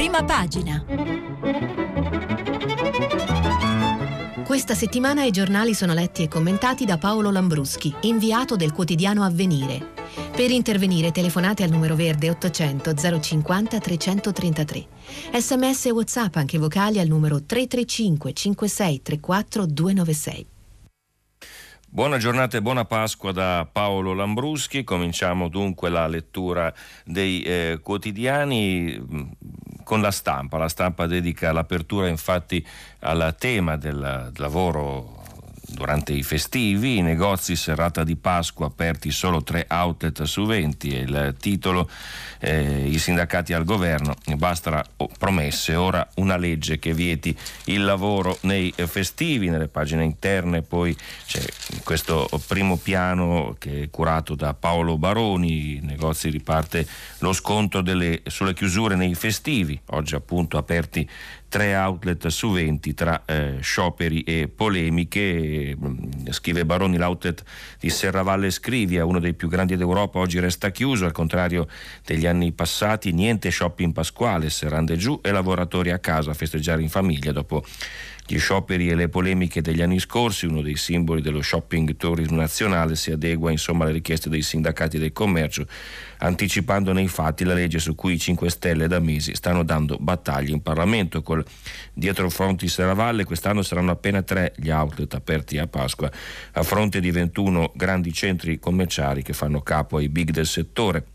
Prima pagina. Questa settimana i giornali sono letti e commentati da Paolo Lambruschi, inviato del quotidiano Avvenire. Per intervenire telefonate al numero verde 800 050 333. SMS e WhatsApp anche vocali al numero 335 56 34 296. Buona giornata e buona Pasqua da Paolo Lambruschi. Cominciamo dunque la lettura dei quotidiani con la stampa. La stampa dedica l'apertura infatti al tema del lavoro durante i festivi. I negozi serrata di Pasqua, aperti solo 3 outlet su 20, e il titolo i sindacati al governo, basta promesse, ora una legge che vieti il lavoro nei festivi. Nelle pagine interne poi c'è questo primo piano che è curato da Paolo Baroni. I negozi riparte lo scontro sulle chiusure nei festivi, oggi appunto aperti 3 outlet su 20 tra scioperi e polemiche. Scrive Baroni, l'outlet di Serravalle Scrivia, uno dei più grandi d'Europa, oggi resta chiuso. Al contrario degli anni passati, niente shopping pasquale, serrande giù e lavoratori a casa a festeggiare in famiglia. Dopo gli scioperi e le polemiche degli anni scorsi, uno dei simboli dello shopping tourism nazionale si adegua insomma alle richieste dei sindacati del commercio, anticipando nei fatti la legge su cui i 5 Stelle da mesi stanno dando battaglie in Parlamento. Col dietrofront di Serravalle quest'anno saranno appena 3 gli outlet aperti a Pasqua, a fronte di 21 grandi centri commerciali che fanno capo ai big del settore.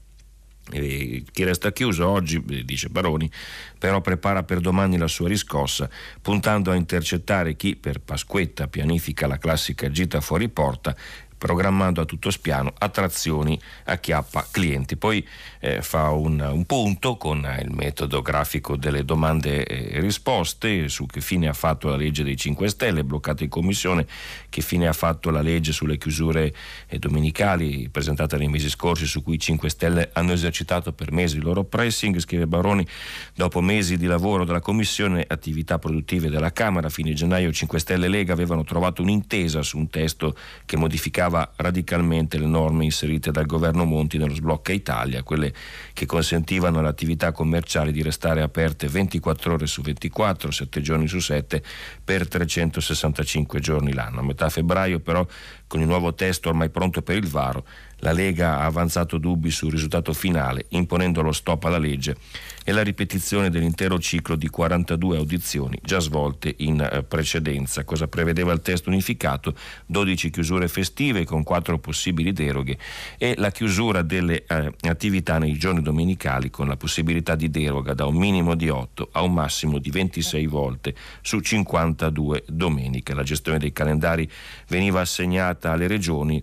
Chi resta chiuso oggi, dice Baroni, però prepara per domani la sua riscossa, puntando a intercettare chi per Pasquetta pianifica la classica gita fuori porta, programmando a tutto spiano attrazioni, acchiappa clienti. Poi fa un punto con il metodo grafico delle domande e risposte su che fine ha fatto la legge dei 5 Stelle bloccata in commissione, che fine ha fatto la legge sulle chiusure domenicali presentata nei mesi scorsi, su cui i 5 Stelle hanno esercitato per mesi il loro pressing. Scrive Baroni, dopo mesi di lavoro della commissione attività produttive della Camera, a fine gennaio 5 Stelle e Lega avevano trovato un'intesa su un testo che modificava radicalmente le norme inserite dal governo Monti nello sblocca Italia, quelle che consentivano alle attività commerciali di restare aperte 24 ore su 24, 7 giorni su 7 per 365 giorni l'anno. A metà febbraio però, con il nuovo testo ormai pronto per il varo, la Lega ha avanzato dubbi sul risultato finale, imponendo lo stop alla legge e la ripetizione dell'intero ciclo di 42 audizioni già svolte in precedenza. Cosa prevedeva il testo unificato? 12 chiusure festive con 4 possibili deroghe e la chiusura delle attività nei giorni domenicali con la possibilità di deroga da un minimo di 8 a un massimo di 26 volte su 52 domeniche. La gestione dei calendari veniva assegnata alle regioni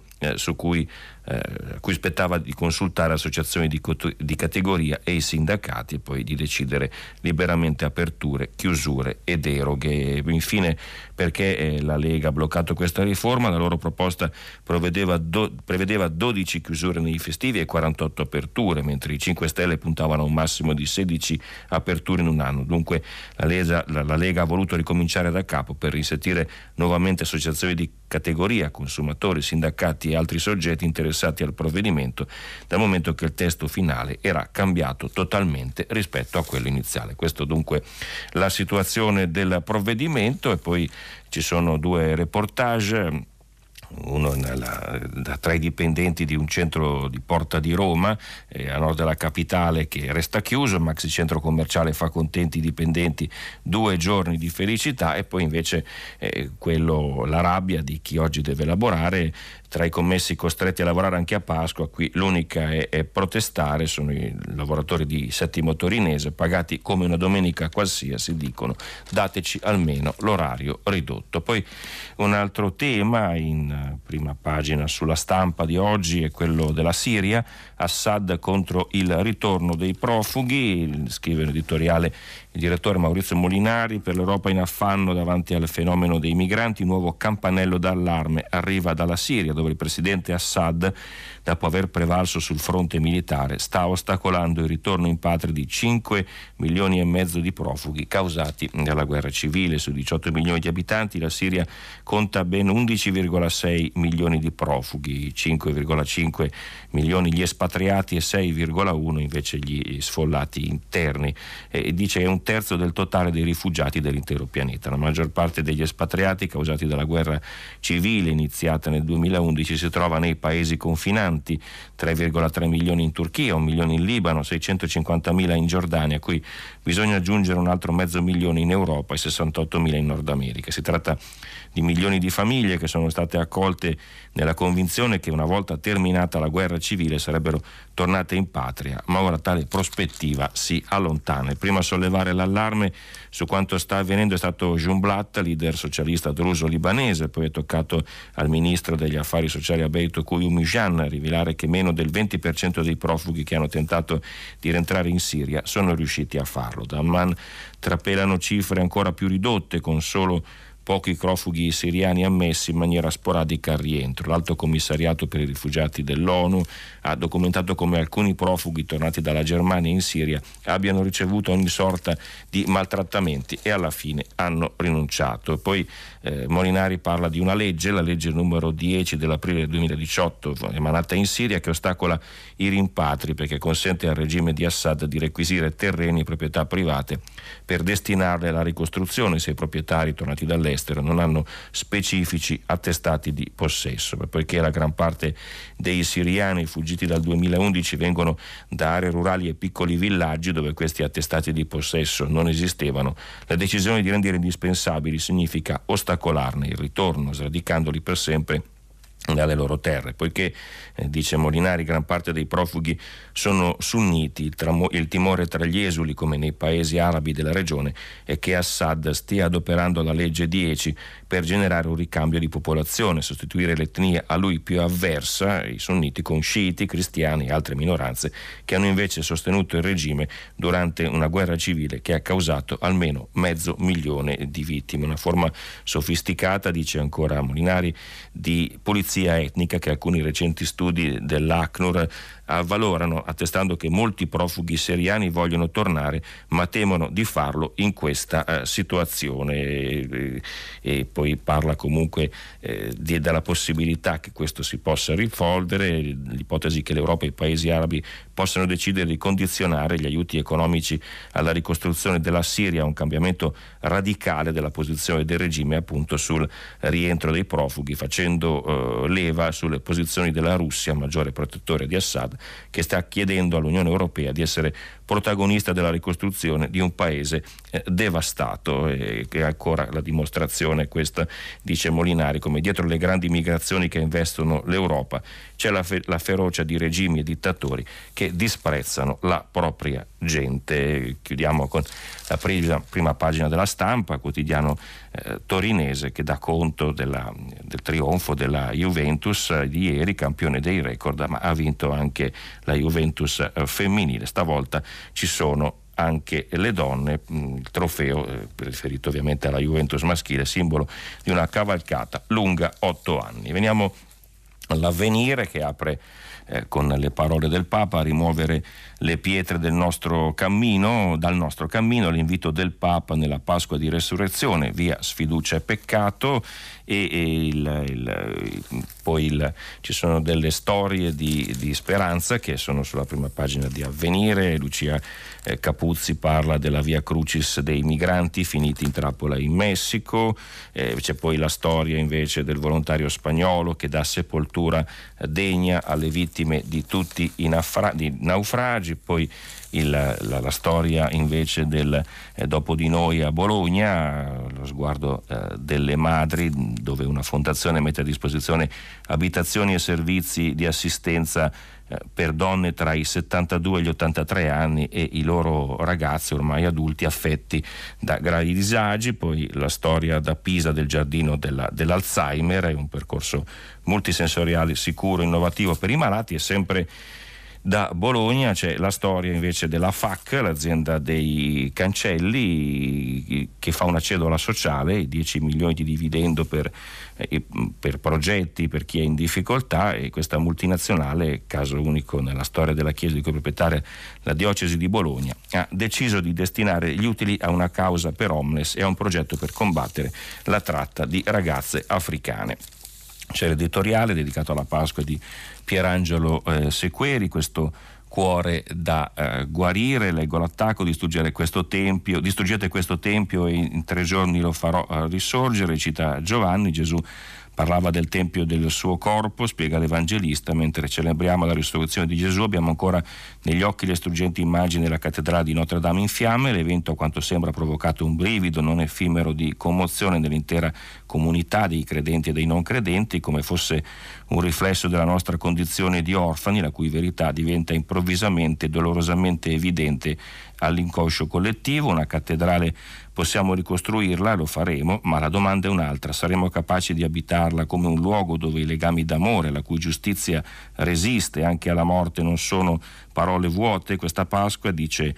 a cui spettava di consultare associazioni di categoria e i sindacati e poi di decidere liberamente aperture, chiusure e deroghe. Infine, perché la Lega ha bloccato questa riforma? La loro proposta prevedeva 12 chiusure nei festivi e 48 aperture, mentre i 5 Stelle puntavano a un massimo di 16 aperture in un anno. Dunque la Lega ha voluto ricominciare da capo per risentire nuovamente associazioni di categoria, consumatori, sindacati e altri soggetti interessati al provvedimento, dal momento che il testo finale era cambiato totalmente rispetto a quello iniziale. Questo dunque la situazione del provvedimento. E poi ci sono 2 reportage, uno tra i dipendenti di un centro di Porta di Roma, a nord della capitale, che resta chiuso. Il maxi centro commerciale fa contenti i dipendenti, 2 giorni di felicità. E poi invece la rabbia di chi oggi deve lavorare. Tra i commessi costretti a lavorare anche a Pasqua, qui l'unica è protestare, sono i lavoratori di Settimo Torinese, pagati come una domenica qualsiasi, dicono dateci almeno l'orario ridotto. Poi un altro tema in prima pagina sulla Stampa di oggi è quello della Siria, Assad contro il ritorno dei profughi. Scrive l'editoriale il direttore Maurizio Molinari: per l'Europa in affanno davanti al fenomeno dei migranti, un nuovo campanello d'allarme arriva dalla Siria, dove dove il presidente Assad, dopo aver prevalso sul fronte militare, sta ostacolando il ritorno in patria di 5 milioni e mezzo di profughi causati dalla guerra civile. Su 18 milioni di abitanti la Siria conta ben 11,6 milioni di profughi, 5,5 milioni gli espatriati e 6,1 invece gli sfollati interni. Dice che è un terzo del totale dei rifugiati dell'intero pianeta. La maggior parte degli espatriati causati dalla guerra civile iniziata nel 2011 si trova nei paesi confinanti, 3,3 milioni in Turchia, 1 milione in Libano, 650.000 in Giordania, a cui bisogna aggiungere un altro mezzo milione in Europa e 68.000 in Nord America. Si tratta di milioni di famiglie che sono state accolte nella convinzione che una volta terminata la guerra civile sarebbero tornate in patria, ma ora tale prospettiva si allontana. Il primo a sollevare l'allarme su quanto sta avvenendo è stato Jumblat, leader socialista druso-libanese. Poi è toccato al ministro degli affari sociali Abeid Kuyumijan rivelare che meno del 20% dei profughi che hanno tentato di rientrare in Siria sono riusciti a farlo. Da Amman trapelano cifre ancora più ridotte, con solo pochi profughi siriani ammessi in maniera sporadica al rientro. L'Alto Commissariato per i rifugiati dell'ONU ha documentato come alcuni profughi tornati dalla Germania in Siria abbiano ricevuto ogni sorta di maltrattamenti e alla fine hanno rinunciato. Poi Molinari parla di una legge, la legge numero 10 dell'aprile 2018, emanata in Siria, che ostacola i rimpatri perché consente al regime di Assad di requisire terreni e proprietà private per destinarle alla ricostruzione se i proprietari tornati dall'estero non hanno specifici attestati di possesso. Poiché la gran parte dei siriani fuggiti dal 2011 vengono da aree rurali e piccoli villaggi dove questi attestati di possesso non esistevano, la decisione di rendere indispensabili significa ostacolarne il ritorno, sradicandoli per sempre dalle loro terre. Poiché, dice Molinari, gran parte dei profughi sono sunniti, il timore tra gli esuli, come nei paesi arabi della regione, è che Assad stia adoperando la legge 10 per generare un ricambio di popolazione, sostituire l'etnia a lui più avversa, i sunniti, con sciiti, cristiani e altre minoranze che hanno invece sostenuto il regime durante una guerra civile che ha causato almeno 500.000 di vittime. Una forma sofisticata, dice ancora Molinari, di polizia etnica che alcuni recenti studi dell'ACNUR avvalorano, attestando che molti profughi siriani vogliono tornare ma temono di farlo in questa situazione, e poi parla comunque della possibilità che questo si possa risolvere, l'ipotesi che l'Europa e i paesi arabi possano decidere di condizionare gli aiuti economici alla ricostruzione della Siria a un cambiamento radicale della posizione del regime appunto sul rientro dei profughi, facendo leva sulle posizioni della Russia, maggiore protettore di Assad, che sta chiedendo all'Unione Europea di essere protagonista della ricostruzione di un paese devastato, che è ancora la dimostrazione questa, dice Molinari, come dietro le grandi migrazioni che investono l'Europa c'è la ferocia di regimi e dittatori che disprezzano la propria gente. Chiudiamo con la prima pagina della Stampa, quotidiano torinese, che dà conto del trionfo della Juventus di ieri, campione dei record, ma ha vinto anche la Juventus femminile. Stavolta ci sono anche le donne, il trofeo riferito ovviamente alla Juventus maschile, simbolo di una cavalcata lunga 8 anni. Veniamo all'Avvenire, che apre con le parole del Papa: a rimuovere le pietre dal nostro cammino, l'invito del Papa nella Pasqua di Resurrezione, via sfiducia e peccato, poi ci sono delle storie di speranza che sono sulla prima pagina di Avvenire. Lucia Capuzzi parla della Via Crucis dei migranti finiti in trappola in Messico, c'è poi la storia invece del volontario spagnolo che dà sepoltura degna alle vittime di tutti i naufragi, poi la storia invece del Dopo di noi a Bologna, lo sguardo delle madri, dove una fondazione mette a disposizione abitazioni e servizi di assistenza per donne tra i 72 e gli 83 anni e i loro ragazzi ormai adulti affetti da gravi disagi. Poi la storia da Pisa del giardino dell'Alzheimer, è un percorso multisensoriale sicuro, innovativo per i malati, e sempre da Bologna. C'è la storia invece della FAC, l'azienda dei cancelli, che fa una cedola sociale, 10 milioni di dividendo per progetti, per chi è in difficoltà, e questa multinazionale, caso unico nella storia della Chiesa di cui è proprietaria la diocesi di Bologna, ha deciso di destinare gli utili a una causa per homeless e a un progetto per combattere la tratta di ragazze africane. C'è l'editoriale dedicato alla Pasqua di Pierangelo Sequeri, questo cuore da guarire. Leggo l'attacco: distruggete questo tempio e in 3 giorni lo farò risorgere. Cita Giovanni: Gesù parlava del tempio del suo corpo, spiega l'Evangelista. Mentre celebriamo la risurrezione di Gesù, abbiamo ancora negli occhi le struggenti immagini della cattedrale di Notre Dame in fiamme. L'evento, a quanto sembra, ha provocato un brivido non effimero di commozione nell'intera comunità dei credenti e dei non credenti, come fosse un riflesso della nostra condizione di orfani, la cui verità diventa improvvisamente dolorosamente evidente all'inconscio collettivo. Una cattedrale possiamo ricostruirla, lo faremo, ma la domanda è un'altra: saremo capaci di abitarla come un luogo dove i legami d'amore, la cui giustizia resiste anche alla morte, non sono parole vuote? Questa Pasqua, dice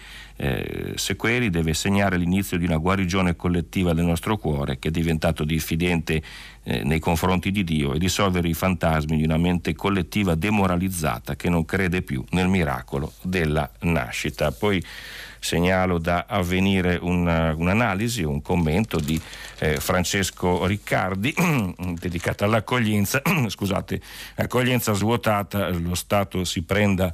Sequeri, deve segnare l'inizio di una guarigione collettiva del nostro cuore, che è diventato diffidente nei confronti di Dio, e risolvere i fantasmi di una mente collettiva demoralizzata che non crede più nel miracolo della nascita. Poi segnalo da Avvenire un'analisi, un commento di Francesco Riccardi dedicata all'accoglienza. Scusate, accoglienza svuotata, lo Stato si prenda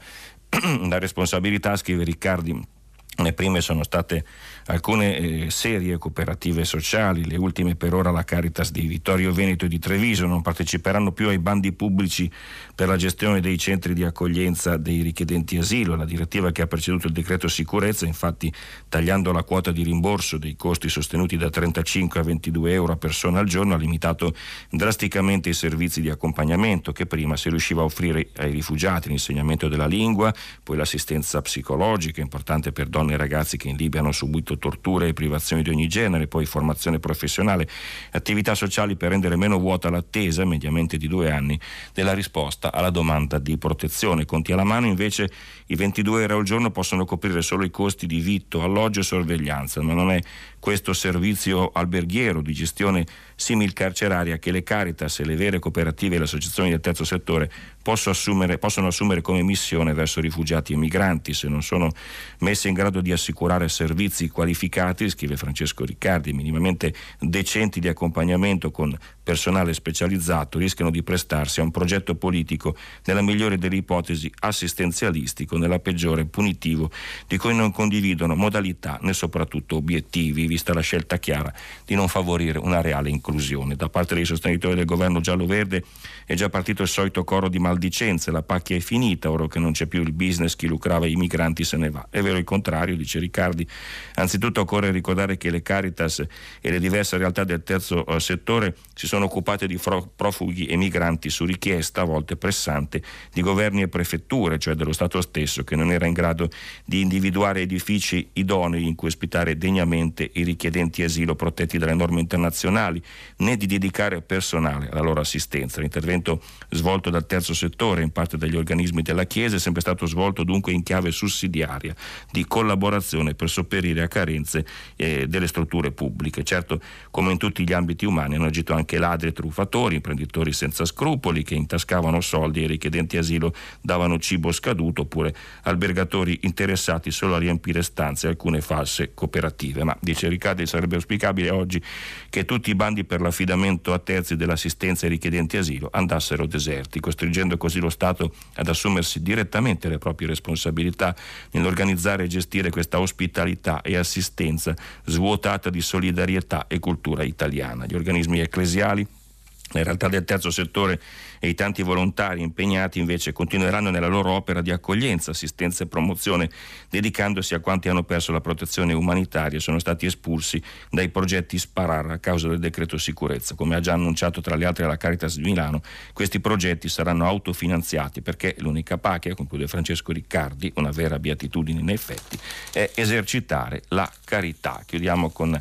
la responsabilità, scrive Riccardi. Le prime sono state alcune serie cooperative sociali, le ultime per ora la Caritas di Vittorio Veneto e di Treviso. Non parteciperanno più ai bandi pubblici per la gestione dei centri di accoglienza dei richiedenti asilo. La direttiva che ha preceduto il decreto sicurezza, infatti, tagliando la quota di rimborso dei costi sostenuti da 35 a 22 euro a persona al giorno, ha limitato drasticamente i servizi di accompagnamento che prima si riusciva a offrire ai rifugiati: l'insegnamento della lingua, poi l'assistenza psicologica, importante per donne e ragazzi che in Libia hanno subito torture e privazioni di ogni genere, poi formazione professionale, attività sociali per rendere meno vuota l'attesa, mediamente di 2 anni, della risposta alla domanda di protezione. Conti alla mano, invece, i 22 euro al giorno possono coprire solo i costi di vitto, alloggio e sorveglianza, ma non è questo servizio alberghiero di gestione simil carceraria che le Caritas e le vere cooperative e le associazioni del terzo settore possono assumere come missione verso rifugiati e migranti. Se non sono messe in grado di assicurare servizi qualificati, scrive Francesco Riccardi, minimamente decenti di accompagnamento con personale specializzato, rischiano di prestarsi a un progetto politico, nella migliore delle ipotesi assistenzialistico, nella peggiore punitivo, di cui non condividono modalità né soprattutto obiettivi, vista la scelta chiara di non favorire una reale inclusione. Da parte dei sostenitori del governo giallo-verde è già partito il solito coro di maldicenze: la pacchia è finita, ora che non c'è più il business, chi lucrava i migranti se ne va. È vero il contrario, dice Riccardi. Anzitutto occorre ricordare che le Caritas e le diverse realtà del terzo settore si sono occupate di profughi e migranti su richiesta, a volte pressante, di governi e prefetture, cioè dello Stato stesso, che non era in grado di individuare edifici idonei in cui ospitare degnamente i richiedenti asilo protetti dalle norme internazionali, né di dedicare personale alla loro assistenza. L'intervento svolto dal terzo settore, in parte dagli organismi della Chiesa, è sempre stato svolto dunque in chiave sussidiaria di collaborazione per sopperire a carenze delle strutture pubbliche. Certo, come in tutti gli ambiti umani, hanno agito anche ladri e truffatori, imprenditori senza scrupoli che intascavano soldi ai richiedenti asilo, davano cibo scaduto, oppure albergatori interessati solo a riempire stanze, alcune false cooperative. Ma, dice Riccardi, sarebbe auspicabile oggi che tutti i bandi per l'affidamento a terzi dell'assistenza ai richiedenti asilo andassero deserti, costringendo così lo Stato ad assumersi direttamente le proprie responsabilità nell'organizzare e gestire questa ospitalità e assistenza svuotata di solidarietà e cultura italiana. Gli organismi ecclesiali, le realtà del terzo settore e i tanti volontari impegnati invece continueranno nella loro opera di accoglienza, assistenza e promozione, dedicandosi a quanti hanno perso la protezione umanitaria e sono stati espulsi dai progetti Sparar a causa del decreto sicurezza. Come ha già annunciato tra le altre la Caritas di Milano, questi progetti saranno autofinanziati, perché l'unica pacchia, conclude Francesco Riccardi, una vera beatitudine in effetti, è esercitare la carità. Chiudiamo con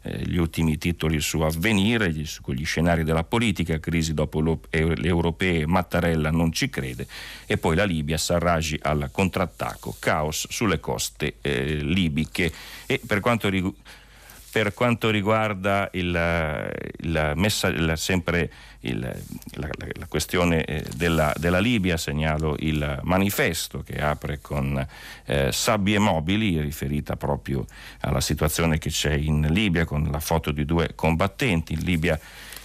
gli ultimi titoli su Avvenire, con gli scenari della politica, crisi dopo le europee, Mattarella non ci crede, e poi la Libia, Sarraj al contrattacco, caos sulle coste libiche. E per quanto riguarda la questione della Libia, segnalo il manifesto che apre con sabbie mobili, riferita proprio alla situazione che c'è in Libia, con la foto di due combattenti. In Libia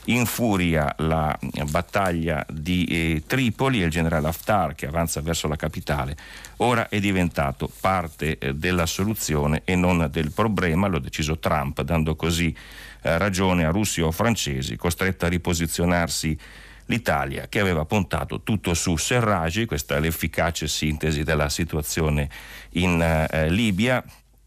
infuria la battaglia di Tripoli e il generale Haftar, che avanza verso la capitale, ora è diventato parte della soluzione e non del problema, lo ha deciso Trump, dando così ragione a russi o francesi, costretta a riposizionarsi l'Italia, che aveva puntato tutto su Serraj. Questa è l'efficace sintesi della situazione in Libia.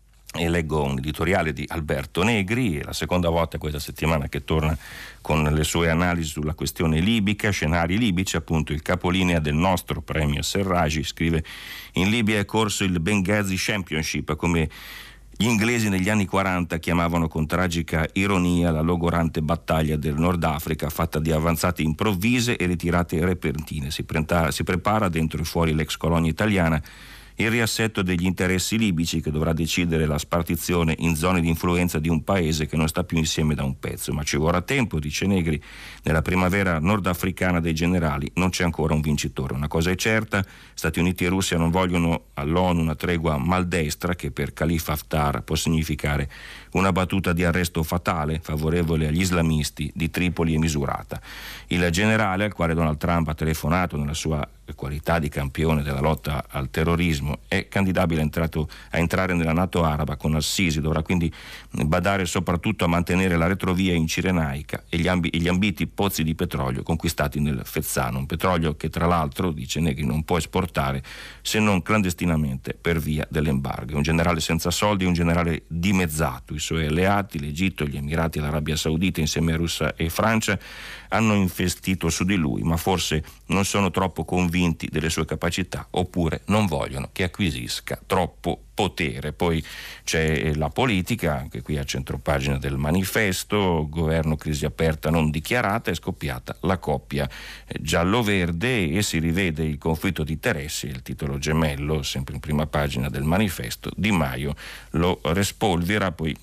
E leggo un editoriale di Alberto Negri, è la seconda volta questa settimana che torna con le sue analisi sulla questione libica, scenari libici. Appunto, il capolinea del nostro premio Serraj scrive: in Libia è corso il Benghazi Championship, come gli inglesi negli anni 40 chiamavano con tragica ironia la logorante battaglia del Nord Africa, fatta di avanzate improvvise e ritirate repentine. Si prepara dentro e fuori l'ex colonia italiana il riassetto degli interessi libici, che dovrà decidere la spartizione in zone di influenza di un paese che non sta più insieme da un pezzo. Ma ci vorrà tempo, dice Negri. Nella primavera nordafricana dei generali non c'è ancora un vincitore. Una cosa è certa: Stati Uniti e Russia non vogliono all'ONU una tregua maldestra, che per Khalifa Haftar può significare una battuta di arresto fatale favorevole agli islamisti di Tripoli e Misurata. Il generale, al quale Donald Trump ha telefonato nella sua qualità di campione della lotta al terrorismo, è candidabile a entrare nella NATO araba con al-Sisi. Dovrà quindi badare soprattutto a mantenere la retrovia in Cirenaica e gli ambiti pozzi di petrolio conquistati nel Fezzano, un petrolio che tra l'altro, dice Negri, non può esportare se non clandestinamente per via dell'embargo. Un generale senza soldi, un generale dimezzato. I suoi alleati, l'Egitto, gli Emirati e l'Arabia Saudita, insieme a Russia e Francia, hanno investito su di lui, ma forse non sono troppo convinti delle sue capacità, oppure non vogliono che acquisisca troppo potere. Poi c'è la politica, anche qui a centropagina del manifesto: governo, crisi aperta non dichiarata, è scoppiata la coppia giallo-verde e si rivede il conflitto di interessi. Il titolo gemello, sempre in prima pagina del manifesto, Di Maio lo respolvera. Poi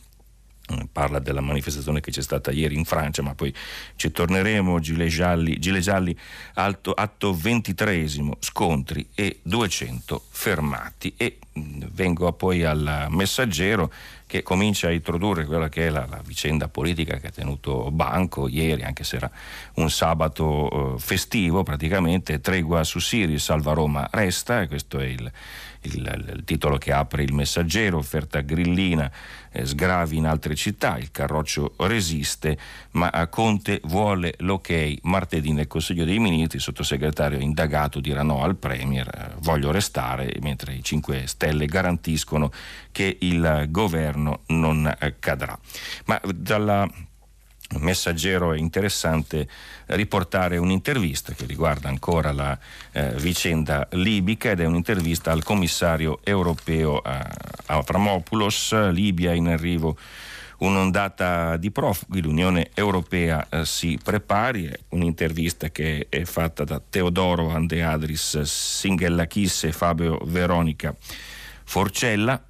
parla della manifestazione che c'è stata ieri in Francia, ma poi ci torneremo. Gilet gialli atto 23esimo, scontri e 200 fermati. E vengo poi al Messaggero, che comincia a introdurre quella che è la vicenda politica che ha tenuto banco ieri, anche se era un sabato festivo praticamente. Tregua su Siri, salva Roma resta, e questo è il titolo che apre il Messaggero. Offerta grillina, sgravi in altre città, il Carroccio resiste, ma Conte vuole l'ok. Martedì nel Consiglio dei Ministri il sottosegretario indagato dirà no al Premier, voglio restare, mentre i 5 Stelle garantiscono che il governo non cadrà. Ma dalla Messaggero è interessante riportare un'intervista che riguarda ancora la vicenda libica, ed è un'intervista al commissario europeo Avramopoulos. Libia in arrivo un'ondata di profughi, l'Unione Europea si prepari. È un'intervista che è fatta da Teodoro Andeadris Singellakis e Fabio Veronica Forcella.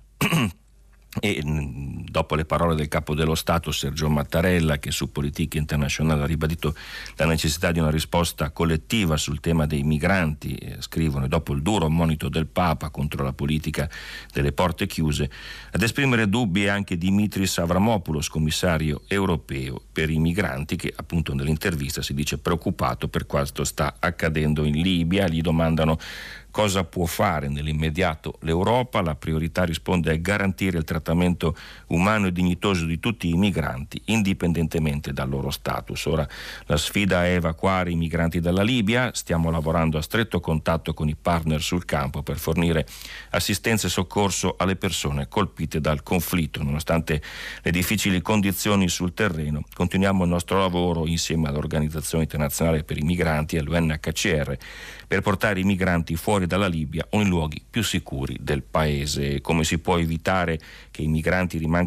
E dopo le parole del capo dello Stato Sergio Mattarella, che su Politica Internazionale ha ribadito la necessità di una risposta collettiva sul tema dei migranti, scrivono, dopo il duro monito del Papa contro la politica delle porte chiuse, ad esprimere dubbi è anche Dimitris Avramopoulos, commissario europeo per i migranti, che appunto nell'intervista si dice preoccupato per quanto sta accadendo in Libia. Gli domandano cosa può fare nell'immediato l'Europa. La priorità, risponde, è garantire il trattamento umano e dignitoso di tutti i migranti, indipendentemente dal loro status. Ora la sfida è evacuare i migranti dalla Libia. Stiamo lavorando a stretto contatto con i partner sul campo per fornire assistenza e soccorso alle persone colpite dal conflitto. Nonostante le difficili condizioni sul terreno, continuiamo il nostro lavoro insieme all'Organizzazione Internazionale per i Migranti e all'UNHCR per portare i migranti fuori dalla Libia o in luoghi più sicuri del paese. Come si può evitare che i migranti rimangano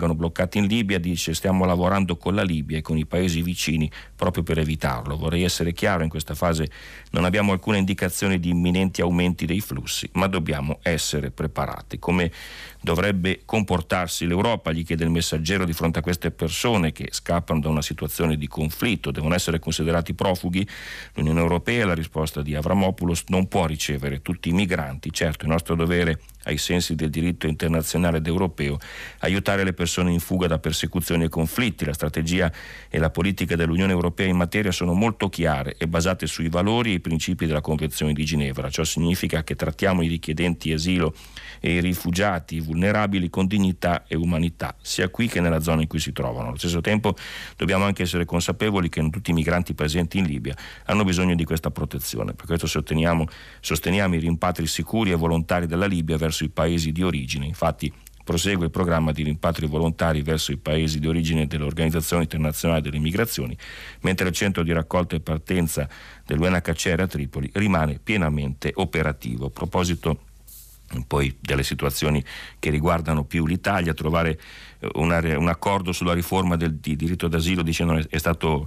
rimangano bloccati in Libia. Dice: stiamo lavorando con la Libia e con i paesi vicini proprio per evitarlo. Vorrei essere chiaro, in questa fase non abbiamo alcuna indicazione di imminenti aumenti dei flussi, ma dobbiamo essere preparati. Come dovrebbe comportarsi l'Europa, gli chiede il Messaggero, di fronte a queste persone che scappano da una situazione di conflitto, devono essere considerati profughi? L'Unione Europea, la risposta di Avramopoulos: non può ricevere tutti i migranti. Certo, è nostro dovere, ai sensi del diritto internazionale ed europeo, aiutare le persone in fuga da persecuzioni e conflitti. La strategia e la politica dell'Unione Europea in materia sono molto chiare e basate sui valori e i principi della Convenzione di Ginevra. Ciò significa che trattiamo i richiedenti asilo e i rifugiati vulnerabili con dignità e umanità, sia qui che nella zona in cui si trovano. Allo stesso tempo dobbiamo anche essere consapevoli che non tutti i migranti presenti in Libia hanno bisogno di questa protezione. Per questo sosteniamo i rimpatri sicuri e volontari dalla Libia verso i paesi di origine. Infatti prosegue il programma di rimpatri volontari verso i paesi di origine dell'Organizzazione Internazionale delle Migrazioni, mentre il centro di raccolta e partenza dell'UNHCR a Tripoli rimane pienamente operativo. A proposito poi delle situazioni che riguardano più l'Italia, trovare un accordo sulla riforma del diritto d'asilo, dicendo, è stato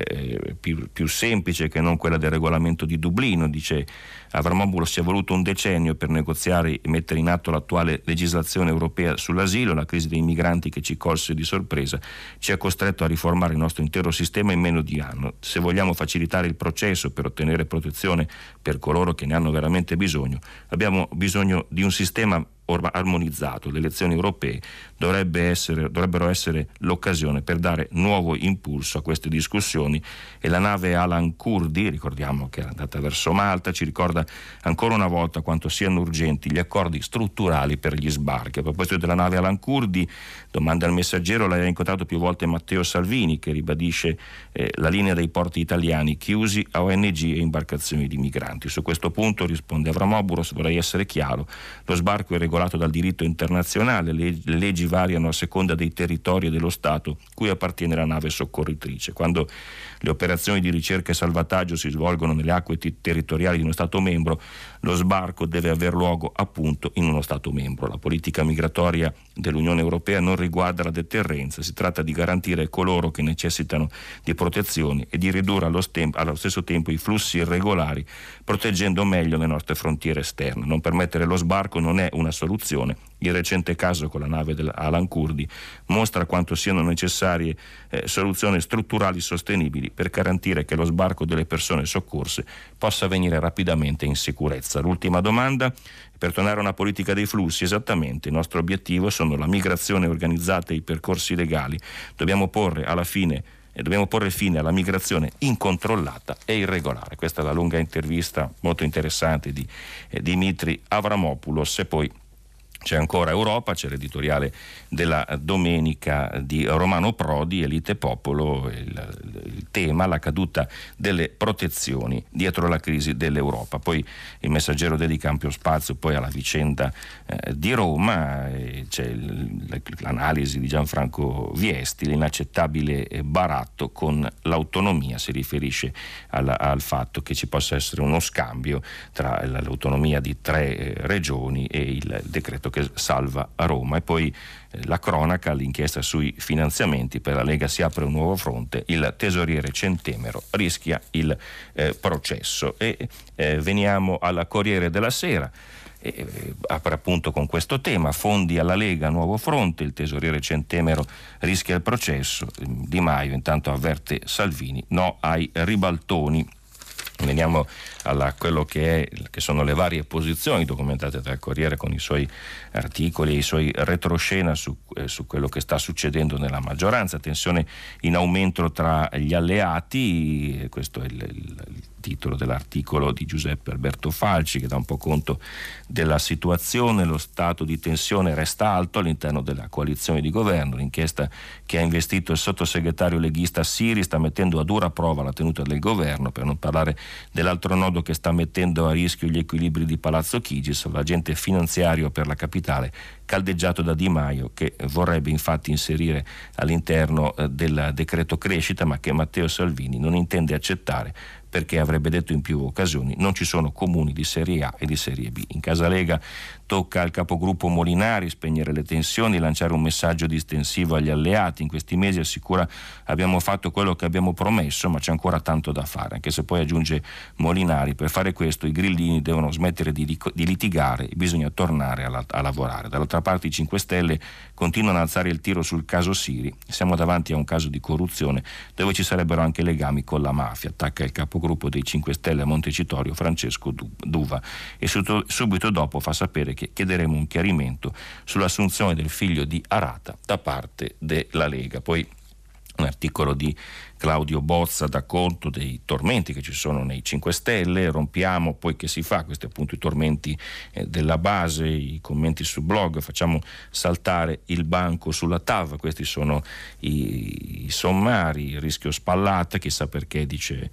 più semplice che non quella del regolamento di Dublino. Dice Avramopoulos: ci è voluto un decennio per negoziare e mettere in atto l'attuale legislazione europea sull'asilo. La crisi dei migranti che ci colse di sorpresa ci ha costretto a riformare il nostro intero sistema in meno di un anno. Se vogliamo facilitare il processo per ottenere protezione per coloro che ne hanno veramente bisogno, abbiamo bisogno di un sistema armonizzato. Le elezioni europee dovrebbero essere l'occasione per dare nuovo impulso a queste discussioni, e la nave Alan Kurdi, ricordiamo che è andata verso Malta, ci ricorda ancora una volta quanto siano urgenti gli accordi strutturali per gli sbarchi. A proposito della nave Alan Kurdi, domanda al Messaggero: lei ha incontrato più volte Matteo Salvini, che ribadisce la linea dei porti italiani chiusi a ONG e imbarcazioni di migranti. Su questo punto risponde Avramopoulos: vorrei essere chiaro, lo sbarco è regolato dal diritto internazionale, le leggi variano a seconda dei territori e dello Stato cui appartiene la nave soccorritrice. Quando le operazioni di ricerca e salvataggio si svolgono nelle acque territoriali di uno Stato membro, lo sbarco deve aver luogo appunto in uno Stato membro. La politica migratoria dell'Unione Europea non riguarda la deterrenza, si tratta di garantire coloro che necessitano di protezioni e di ridurre allo stesso tempo i flussi irregolari, proteggendo meglio le nostre frontiere esterne. Non permettere lo sbarco non è una soluzione. Il recente caso con la nave dell'Alan Kurdi mostra quanto siano necessarie soluzioni strutturali sostenibili per garantire che lo sbarco delle persone soccorse possa avvenire rapidamente in sicurezza. L'ultima domanda: per tornare a una politica dei flussi, esattamente, il nostro obiettivo sono la migrazione organizzata e i percorsi legali. Dobbiamo porre fine alla migrazione incontrollata e irregolare. Questa è la lunga intervista molto interessante di Dimitri Avramopoulos. E poi c'è ancora Europa, c'è l'editoriale della domenica di Romano Prodi, Elite Popolo, il tema: la caduta delle protezioni dietro la crisi dell'Europa. Poi il Messaggero dedica ampio spazio poi alla vicenda di Roma, c'è l'analisi di Gianfranco Viesti, l'inaccettabile baratto con l'autonomia. Si riferisce al fatto che ci possa essere uno scambio tra l'autonomia di 3 regioni e il decreto che salva a Roma. E poi la cronaca, l'inchiesta sui finanziamenti per la Lega, si apre un nuovo fronte, il tesoriere Centemero rischia il processo. E veniamo alla Corriere della Sera, apre appunto con questo tema: fondi alla Lega, nuovo fronte, il tesoriere Centemero rischia il processo. Di Maio intanto avverte Salvini, no ai ribaltoni. Veniamo a quello che sono le varie posizioni documentate dal Corriere, con i suoi articoli e i suoi retroscena su quello che sta succedendo nella maggioranza. Tensione in aumento tra gli alleati, questo è il titolo dell'articolo di Giuseppe Alberto Falci, che dà un po' conto della situazione. Lo stato di tensione resta alto all'interno della coalizione di governo. L'inchiesta che ha investito il sottosegretario leghista Siri sta mettendo a dura prova la tenuta del governo, per non parlare dell'altro nodo che sta mettendo a rischio gli equilibri di Palazzo Chigi, l'agente finanziario per la capitale, caldeggiato da Di Maio, che vorrebbe infatti inserire all'interno del decreto crescita, ma che Matteo Salvini non intende accettare, perché avrebbe detto in più occasioni: non ci sono comuni di serie A e di serie B. In casa Lega Tocca al capogruppo Molinari spegnere le tensioni, lanciare un messaggio distensivo agli alleati. In questi mesi, assicura, abbiamo fatto quello che abbiamo promesso, ma c'è ancora tanto da fare, anche se poi aggiunge Molinari: per fare questo i grillini devono smettere di litigare e bisogna tornare a lavorare. Dall'altra parte i 5 Stelle continuano a alzare il tiro sul caso Siri. Siamo davanti a un caso di corruzione dove ci sarebbero anche legami con la mafia, attacca il capogruppo dei 5 Stelle a Montecitorio Francesco Duva, e subito dopo fa sapere che chiederemo un chiarimento sull'assunzione del figlio di Arata da parte della Lega. Poi un articolo di Claudio Bozza dà conto dei tormenti che ci sono nei 5 Stelle, rompiamo, poi che si fa? Questi appunto i tormenti della base, i commenti sul blog, facciamo saltare il banco sulla TAV, questi sono i sommari, il rischio spallata, chissà perché, dice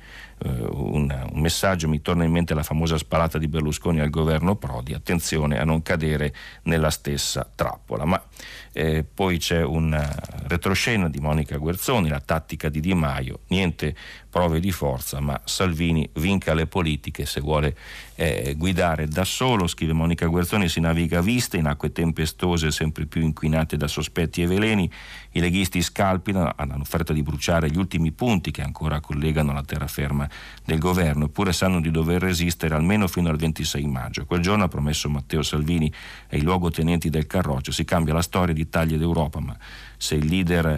un messaggio, mi torna in mente la famosa spallata di Berlusconi al governo Prodi, attenzione a non cadere nella stessa trappola. Ma poi c'è un retroscena di Monica Guerzoni, la tattica di Di Maio, niente prove di forza, ma Salvini vinca le politiche se vuole guidare da solo. Scrive Monica Guerzoni: si naviga a vista in acque tempestose sempre più inquinate da sospetti e veleni. I leghisti scalpitano, hanno offerto di bruciare gli ultimi punti che ancora collegano la terraferma del governo, eppure sanno di dover resistere almeno fino al 26 maggio. Quel giorno, ha promesso Matteo Salvini ai luogotenenti del Carroccio, si cambia la storia d'Italia ed Europa, ma se il leader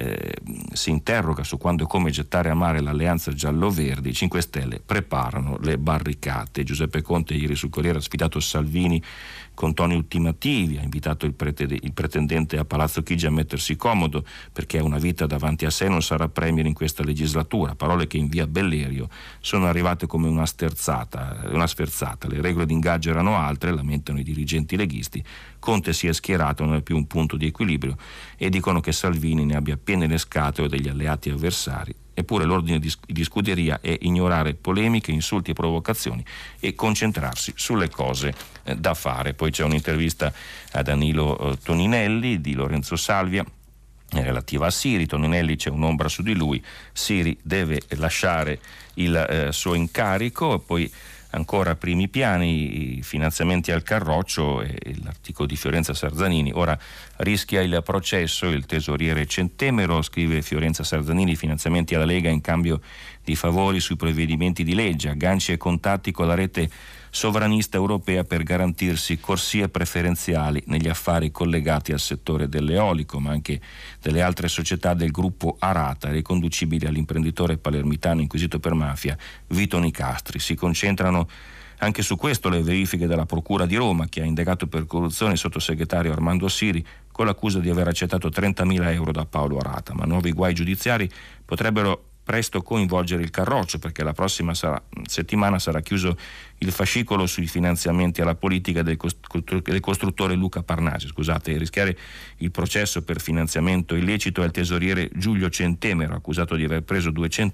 si interroga su quando e come gettare a mare l'alleanza giallo-verdi, i 5 Stelle preparano le barricate. Giuseppe Conte ieri sul Corriere ha sfidato Salvini con toni ultimativi, ha invitato il pretendente a Palazzo Chigi a mettersi comodo perché ha una vita davanti a sé, non sarà premier in questa legislatura, parole che in via Bellerio sono arrivate come una sferzata. Le regole d'ingaggio erano altre, lamentano i dirigenti leghisti. Conte si è schierato, non è più un punto di equilibrio, e dicono che Salvini ne abbia piene le scatole degli alleati avversari. Eppure l'ordine di scuderia è ignorare polemiche, insulti e provocazioni e concentrarsi sulle cose da fare. Poi c'è un'intervista a Danilo Toninelli di Lorenzo Salvia relativa a Siri. Toninelli: c'è un'ombra su di lui, Siri deve lasciare il suo incarico. E poi ancora primi piani, i finanziamenti al Carroccio e l'articolo di Fiorenza Sarzanini. Ora rischia il processo il tesoriere Centemero, scrive Fiorenza Sarzanini: finanziamenti alla Lega in cambio di favori sui provvedimenti di legge, agganci e contatti con la rete sovranista europea per garantirsi corsie preferenziali negli affari collegati al settore dell'eolico, ma anche delle altre società del gruppo Arata, riconducibili all'imprenditore palermitano inquisito per mafia Vito Nicastri. Si concentrano anche su questo le verifiche della Procura di Roma, che ha indagato per corruzione il sottosegretario Armando Siri con l'accusa di aver accettato 30.000 euro da Paolo Arata. Ma nuovi guai giudiziari potrebbero presto coinvolgere il Carroccio, perché la prossima settimana sarà chiuso il fascicolo sui finanziamenti alla politica del costruttore Luca Parnasi. Rischiare il processo per finanziamento illecito è il tesoriere Giulio Centemero, accusato di aver preso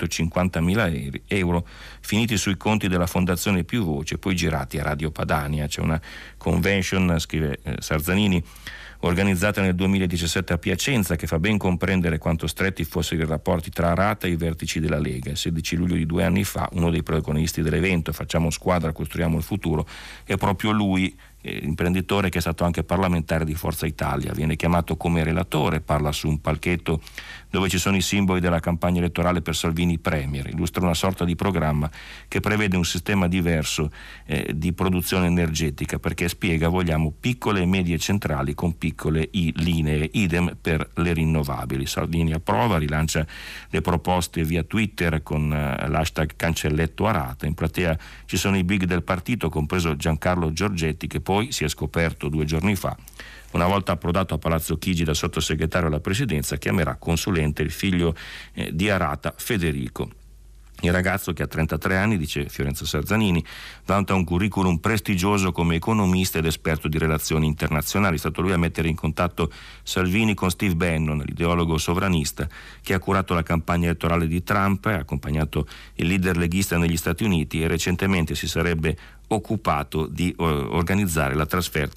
250.000 euro finiti sui conti della Fondazione Più Voce, poi girati a Radio Padania. C'è una convention, scrive Sarzanini, organizzata nel 2017 a Piacenza, che fa ben comprendere quanto stretti fossero i rapporti tra Arata e i vertici della Lega. Il 16 luglio di 2 anni fa uno dei protagonisti dell'evento, Facciamo squadra, costruiamo il futuro, è proprio lui, imprenditore che è stato anche parlamentare di Forza Italia. Viene chiamato come relatore, parla su un palchetto dove ci sono i simboli della campagna elettorale per Salvini Premier, illustra una sorta di programma che prevede un sistema diverso di produzione energetica, perché spiega: vogliamo piccole e medie centrali con piccole linee, idem per le rinnovabili. Salvini approva, rilancia le proposte via Twitter con l'hashtag cancelletto Arata. In platea ci sono i big del partito, compreso Giancarlo Giorgetti, che poi si è scoperto 2 giorni fa, una volta approdato a Palazzo Chigi da sottosegretario alla presidenza, chiamerà consulente il figlio di Arata, Federico. Il ragazzo, che ha 33 anni, dice Fiorenza Sarzanini, vanta un curriculum prestigioso come economista ed esperto di relazioni internazionali. È stato lui a mettere in contatto Salvini con Steve Bannon, l'ideologo sovranista che ha curato la campagna elettorale di Trump, ha accompagnato il leader leghista negli Stati Uniti e recentemente si sarebbe occupato di organizzare la trasferta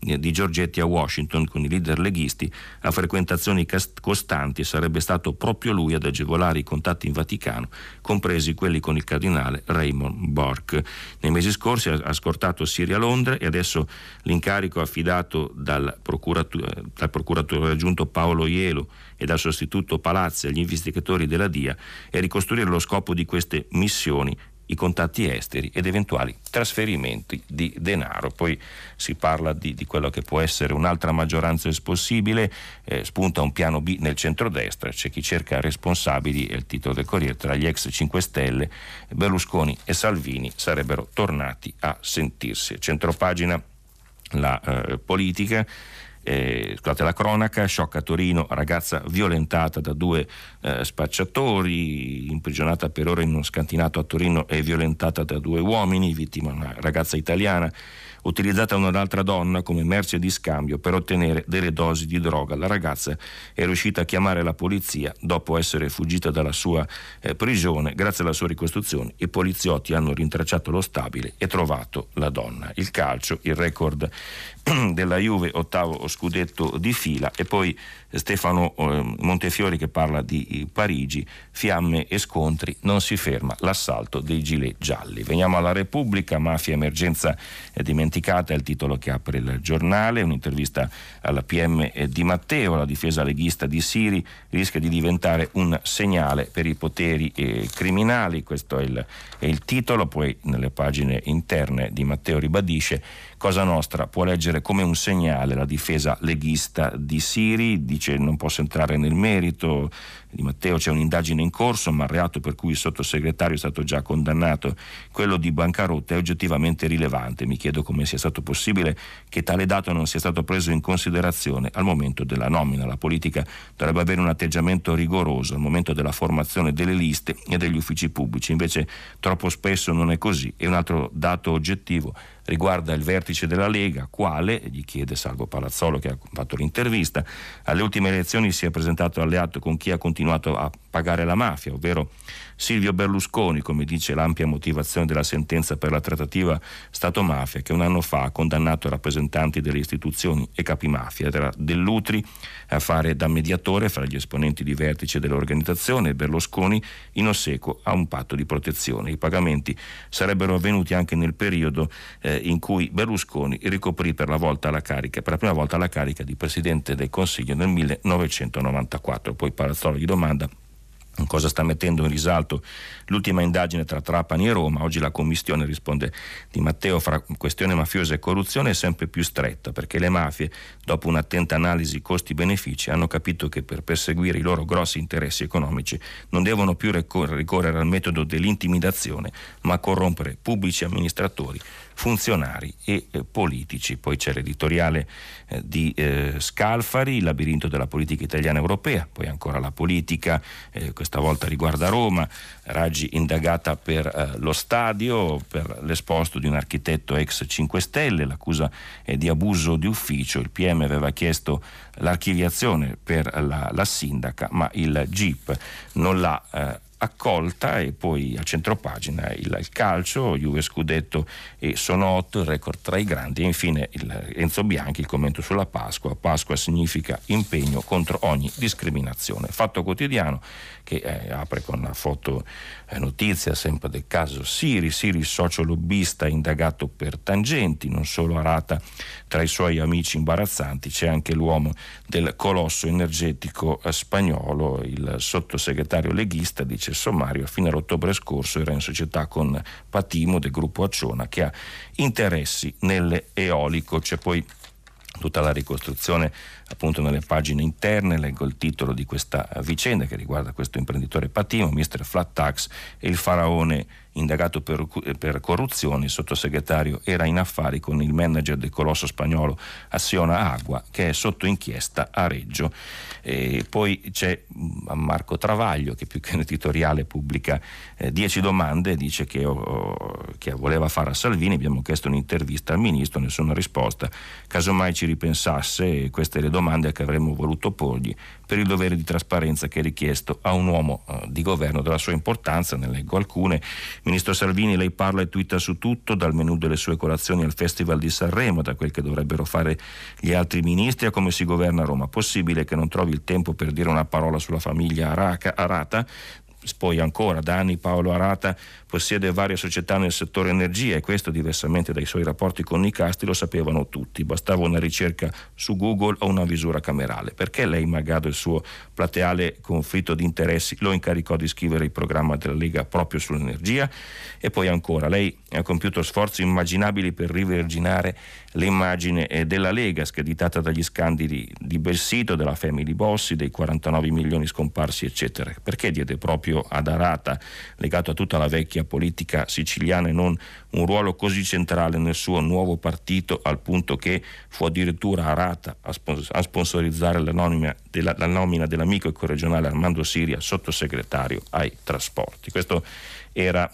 di Giorgetti a Washington con i leader leghisti a frequentazioni costanti, e sarebbe stato proprio lui ad agevolare i contatti in Vaticano, compresi quelli con il cardinale Raymond Burke. Nei mesi scorsi ha scortato Siri a Londra, e adesso l'incarico affidato dal procuratore aggiunto Paolo Ielo e dal sostituto Palazzi agli investigatori della DIA è ricostruire lo scopo di queste missioni, i contatti esteri ed eventuali trasferimenti di denaro. Poi si parla di quello che può essere un'altra maggioranza possibile, spunta un piano B nel centrodestra, c'è chi cerca responsabili, è il titolo del Corriere, tra gli ex 5 Stelle, Berlusconi e Salvini sarebbero tornati a sentirsi. Centropagina, la politica. La cronaca, shock a Torino, ragazza violentata da 2 spacciatori, imprigionata per ore in uno scantinato a Torino e violentata da 2 uomini, vittima una ragazza italiana, utilizzata un'altra donna come merce di scambio per ottenere delle dosi di droga. La ragazza è riuscita a chiamare la polizia dopo essere fuggita dalla sua prigione. Grazie alla sua ricostruzione i poliziotti hanno rintracciato lo stabile e trovato la donna. Il calcio, il record della Juve, 8º scudetto di fila, e poi Stefano Montefiori che parla di Parigi, fiamme e scontri, non si ferma l'assalto dei gilet gialli. Veniamo alla Repubblica, mafia emergenza dimenticata è il titolo che apre il giornale, un'intervista alla PM Di Matteo, la difesa leghista di Siri rischia di diventare un segnale per i poteri criminali, questo è il titolo. Poi nelle pagine interne Di Matteo ribadisce: Cosa Nostra può leggere come un segnale la difesa leghista di Siri, dice non posso entrare nel merito. Di Matteo: c'è un'indagine in corso, ma il reato per cui il sottosegretario è stato già condannato, quello di bancarotta, è oggettivamente rilevante. Mi chiedo come sia stato possibile che tale dato non sia stato preso in considerazione al momento della nomina. La politica dovrebbe avere un atteggiamento rigoroso al momento della formazione delle liste e degli uffici pubblici, invece troppo spesso non è così. E un altro dato oggettivo riguarda il vertice della Lega, quale, gli chiede Salvo Palazzolo che ha fatto l'intervista, alle ultime elezioni si è presentato alleato con chi ha continuato a pagare la mafia, ovvero Silvio Berlusconi, come dice l'ampia motivazione della sentenza per la trattativa Stato-mafia, che un anno fa ha condannato rappresentanti delle istituzioni e capimafia. Era Dell'Utri a fare da mediatore fra gli esponenti di vertice dell'organizzazione e Berlusconi in ossequio a un patto di protezione. I pagamenti sarebbero avvenuti anche nel periodo in cui Berlusconi ricoprì per la prima volta la carica di Presidente del Consiglio nel 1994. Poi Palazzolo gli domanda cosa sta mettendo in risalto l'ultima indagine tra Trapani e Roma. Oggi la commistione, risponde Di Matteo, fra questione mafiosa e corruzione è sempre più stretta, perché le mafie, dopo un'attenta analisi costi-benefici, hanno capito che per perseguire i loro grossi interessi economici non devono più ricorrere al metodo dell'intimidazione, ma corrompere pubblici amministratori, funzionari e politici. Poi c'è l'editoriale di Scalfari, il labirinto della politica italiana europea, poi ancora la politica, questa volta riguarda Roma, Raggi indagata per lo stadio, per l'esposto di un architetto ex 5 Stelle, l'accusa è di abuso di ufficio, il PM aveva chiesto l'archiviazione per la sindaca, ma il GIP non l'ha accolta. E poi a centropagina il calcio, Juve scudetto e sono 8, il record tra i grandi, e infine Enzo Bianchi, il commento sulla Pasqua. Pasqua significa impegno contro ogni discriminazione. Fatto Quotidiano che apre con una foto notizia sempre del caso Siri, socio lobbista indagato per tangenti, non solo Arata tra i suoi amici imbarazzanti, c'è anche l'uomo del colosso energetico spagnolo. Il sottosegretario leghista dice: il sommario fino all'ottobre scorso era in società con Patimo del gruppo Acciona che ha interessi nell'eolico. C'è poi tutta la ricostruzione appunto nelle pagine interne. Leggo il titolo di questa vicenda che riguarda questo imprenditore Patimo, Mr. Flat Tax e il faraone indagato per corruzione. Il sottosegretario era in affari con il manager del colosso spagnolo Acciona Agua, che è sotto inchiesta a Reggio. E poi c'è Marco Travaglio che più che un editoriale pubblica 10 domande, dice che voleva fare a Salvini. Abbiamo chiesto un'intervista al ministro, nessuna risposta. Casomai ci ripensasse, queste le domande che avremmo voluto porgli per il dovere di trasparenza che è richiesto a un uomo di governo della sua importanza. Ne leggo alcune. Ministro Salvini, lei parla e twitta su tutto, dal menù delle sue colazioni al Festival di Sanremo, da quel che dovrebbero fare gli altri ministri a come si governa a Roma. Possibile che non trovi il tempo per dire una parola sulla famiglia Arata? Poi ancora, da anni Paolo Arata possiede varie società nel settore energia e questo, diversamente dai suoi rapporti con Nicastri, lo sapevano tutti. Bastava una ricerca su Google o una visura camerale. Perché lei, malgrado il suo plateale conflitto di interessi, lo incaricò di scrivere il programma della Lega proprio sull'energia? E poi ancora, lei ha compiuto sforzi immaginabili per rivirginare l'immagine della Lega, screditata dagli scandali di Belsito, della Family Bossi, dei 49 milioni scomparsi, eccetera. Perché diede proprio ad Arata, legato a tutta la vecchia politica siciliana, e non un ruolo così centrale nel suo nuovo partito, al punto che fu addirittura Arata a sponsorizzare la nomina dell'amico ecoregionale Armando Siria, sottosegretario ai trasporti. Questo era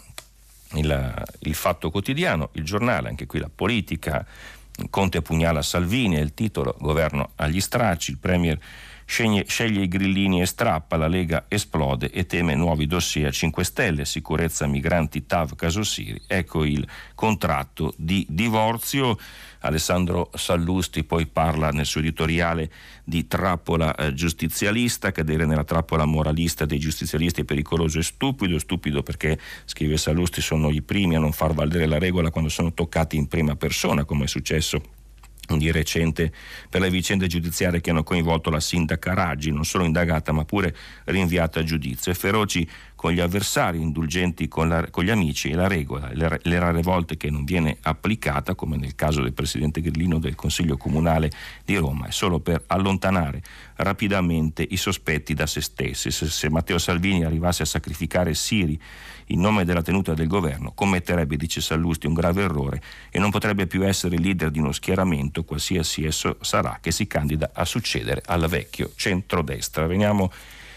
il Fatto Quotidiano. Il Giornale, anche qui la politica. Conte pugnala Salvini, è il titolo, governo agli stracci, il premier sceglie i grillini e strappa, la Lega esplode e teme nuovi dossier a 5 Stelle, sicurezza migranti TAV caso Siri, ecco il contratto di divorzio. Alessandro Sallusti poi parla nel suo editoriale di trappola giustizialista, cadere nella trappola moralista dei giustizialisti è pericoloso e stupido perché, scrive Sallusti, sono i primi a non far valere la regola quando sono toccati in prima persona, come è successo di recente per le vicende giudiziarie che hanno coinvolto la sindaca Raggi, non solo indagata ma pure rinviata a giudizio, e feroci con gli avversari, indulgenti con gli amici, e la regola, le rare volte che non viene applicata, come nel caso del presidente Grillino del Consiglio Comunale di Roma, è solo per allontanare rapidamente i sospetti da se stessi. Se Matteo Salvini arrivasse a sacrificare Siri in nome della tenuta del governo, commetterebbe, dice Sallusti, un grave errore e non potrebbe più essere leader di uno schieramento, qualsiasi esso sarà, che si candida a succedere al vecchio centrodestra. Veniamo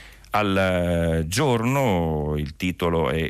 al Giorno. Il titolo è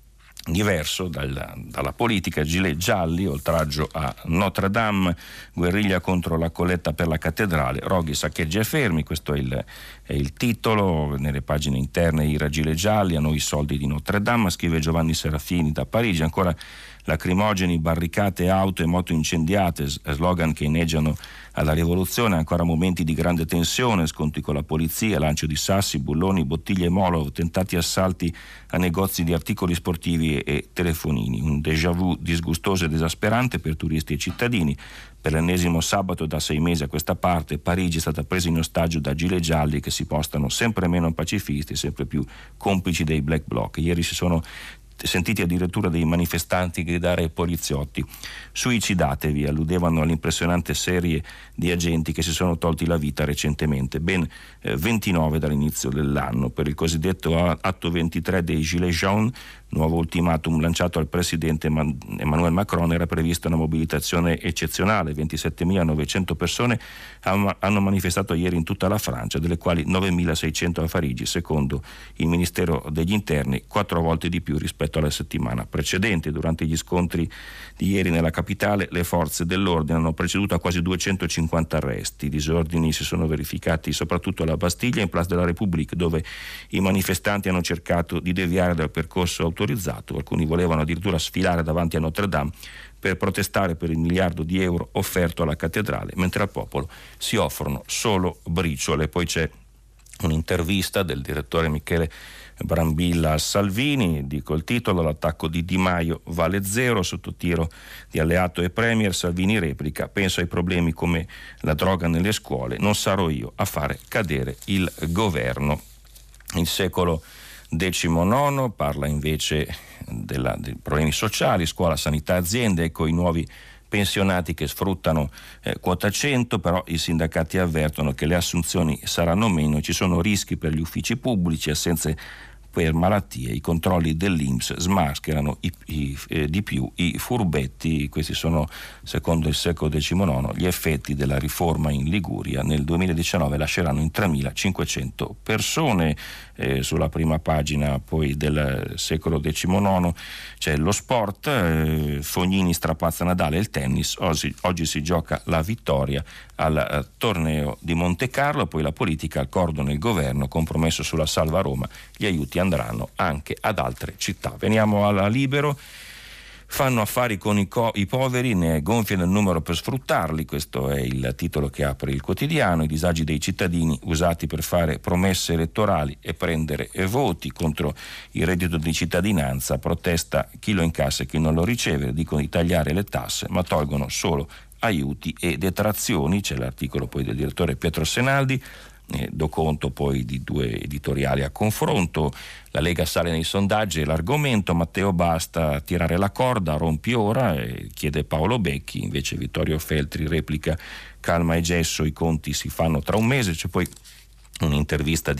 diverso dalla politica. Gilet gialli, oltraggio a Notre Dame, guerriglia contro la colletta per la cattedrale, roghi, saccheggi e fermi. Questo è il titolo. Nelle pagine interne Ira gilet gialli, a noi i soldi di Notre Dame, scrive Giovanni Serafini da Parigi. Ancora lacrimogeni, barricate, auto e moto incendiate, slogan che inneggiano alla rivoluzione. Ancora momenti di grande tensione, scontri con la polizia, lancio di sassi, bulloni, bottiglie molotov, tentati assalti a negozi di articoli sportivi e telefonini. Un déjà vu disgustoso ed esasperante per turisti e cittadini. Per l'ennesimo sabato da 6 mesi a questa parte Parigi è stata presa in ostaggio da gilet gialli che si postano sempre meno pacifisti, sempre più complici dei black bloc. Ieri si sono sentiti addirittura dei manifestanti gridare ai poliziotti: suicidatevi, alludevano all'impressionante serie di agenti che si sono tolti la vita recentemente, ben 29 dall'inizio dell'anno. Per il cosiddetto atto 23 dei Gilets jaunes, nuovo ultimatum lanciato al presidente Emmanuel Macron, era prevista una mobilitazione eccezionale. 27.900 persone hanno manifestato ieri in tutta la Francia, delle quali 9.600 a Parigi, secondo il Ministero degli Interni, 4 volte di più rispetto alla settimana precedente. Durante gli scontri di ieri nella capitale, le forze dell'ordine hanno proceduto a quasi 250 arresti. I disordini si sono verificati soprattutto alla Bastiglia e in Place de la République, dove i manifestanti hanno cercato di deviare dal percorso autorizzato. Alcuni volevano addirittura sfilare davanti a Notre Dame per protestare per il miliardo di euro offerto alla cattedrale, mentre al popolo si offrono solo briciole. Poi c'è un'intervista del direttore Michele Brambilla a Salvini, dico il titolo: l'attacco di Di Maio vale zero, sotto tiro di alleato e premier. Salvini replica: penso ai problemi come la droga nelle scuole, non sarò io a fare cadere il governo. Il Secolo XIX parla invece dei problemi sociali, scuola, sanità, aziende. Ecco i nuovi pensionati che sfruttano quota 100, però i sindacati avvertono che le assunzioni saranno meno e ci sono rischi per gli uffici pubblici, assenze per malattie. I controlli dell'INPS smascherano di più i furbetti. Questi sono, secondo il Secolo XIX, gli effetti della riforma in Liguria. Nel 2019 lasceranno in 3.500 persone. Sulla prima pagina poi del Secolo XIX c'è lo sport, Fognini strapazza Nadale e il tennis. Oggi si gioca la vittoria al torneo di Monte Carlo. Poi la politica, accordo nel governo, compromesso sulla salva Roma, gli aiuti andranno anche ad altre città. Veniamo alla Libero. Fanno affari con i poveri, ne gonfiano il numero per sfruttarli, questo è il titolo che apre il quotidiano. I disagi dei cittadini usati per fare promesse elettorali e prendere voti. Contro il reddito di cittadinanza protesta chi lo incassa e chi non lo riceve, dicono di tagliare le tasse ma tolgono solo aiuti e detrazioni. C'è l'articolo poi del direttore Pietro Senaldi. Do conto poi di due editoriali a confronto. La Lega sale nei sondaggi e l'argomento. Matteo basta tirare la corda, rompi ora, chiede Paolo Becchi. Invece Vittorio Feltri replica: calma e gesso, i conti si fanno tra un mese. C'è poi un'intervista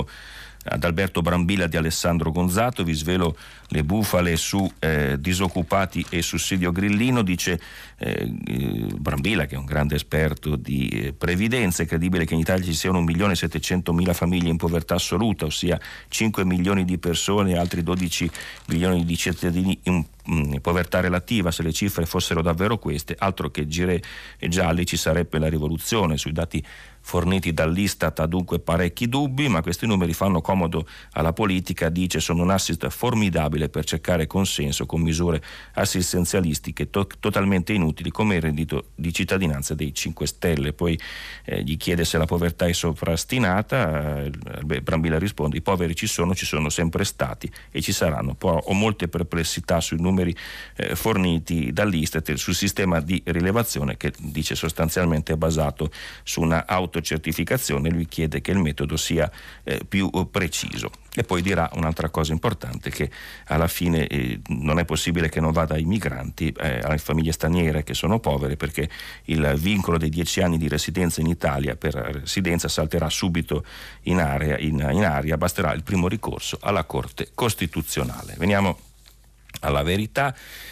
ad Alberto Brambilla di Alessandro Gonzato. Vi svelo le bufale su disoccupati e sussidio grillino. Dice Brambilla, che è un grande esperto di previdenza: è credibile che in Italia ci siano 1.700.000 famiglie in povertà assoluta, ossia 5 milioni di persone e altri 12 milioni di cittadini in povertà relativa. Se le cifre fossero davvero queste, altro che gire gialli, ci sarebbe la rivoluzione. Sui dati forniti dall'Istat ha dunque parecchi dubbi, ma questi numeri fanno comodo alla politica. Dice: sono un assist formidabile per cercare consenso con misure assistenzialistiche totalmente inutili come il reddito di cittadinanza dei 5 Stelle. Poi gli chiede se la povertà è sovrastimata. Brambilla risponde: i poveri ci sono sempre stati e ci saranno. Poi ho molte perplessità sui numeri forniti dall'Istat sul sistema di rilevazione, che dice sostanzialmente è basato su una autocertificazione. Lui chiede che il metodo sia più preciso. E poi dirà un'altra cosa importante, che alla fine non è possibile che non vada ai migranti, alle famiglie straniere che sono povere, perché il vincolo dei 10 anni di residenza in Italia per residenza salterà subito in aria, basterà il primo ricorso alla Corte Costituzionale. Veniamo alla Verità.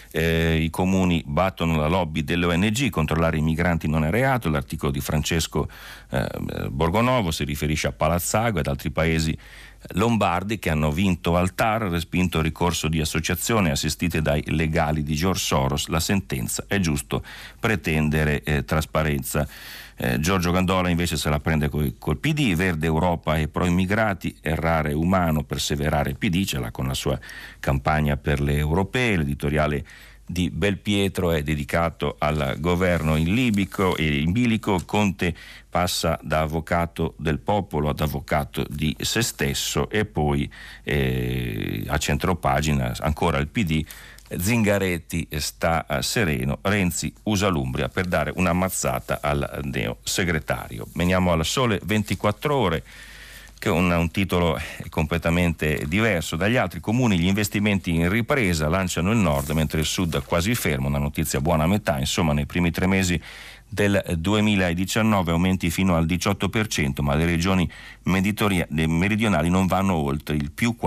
I comuni battono la lobby delle ONG, controllare i migranti non è reato. L'articolo di Francesco Borgonovo si riferisce a Palazzago e ad altri paesi lombardi che hanno vinto al TAR, respinto il ricorso di associazioni assistite dai legali di George Soros. La sentenza: è giusto pretendere trasparenza. Giorgio Gandola invece se la prende col PD. Verde Europa e pro immigrati, errare umano, perseverare PD, ce l'ha con la sua campagna per le europee. L'editoriale di Belpietro è dedicato al governo in bilico. Conte passa da avvocato del popolo ad avvocato di se stesso. E poi a centropagina ancora il PD: Zingaretti sta sereno, Renzi usa l'Umbria per dare una mazzata al neo segretario. Veniamo al Sole 24 Ore, che un titolo completamente diverso dagli altri. Comuni, gli investimenti in ripresa, lanciano il nord mentre il sud quasi fermo. Una notizia buona a metà. Insomma, nei primi 3 mesi del 2019 aumenti fino al 18%, ma le regioni meridionali non vanno oltre il più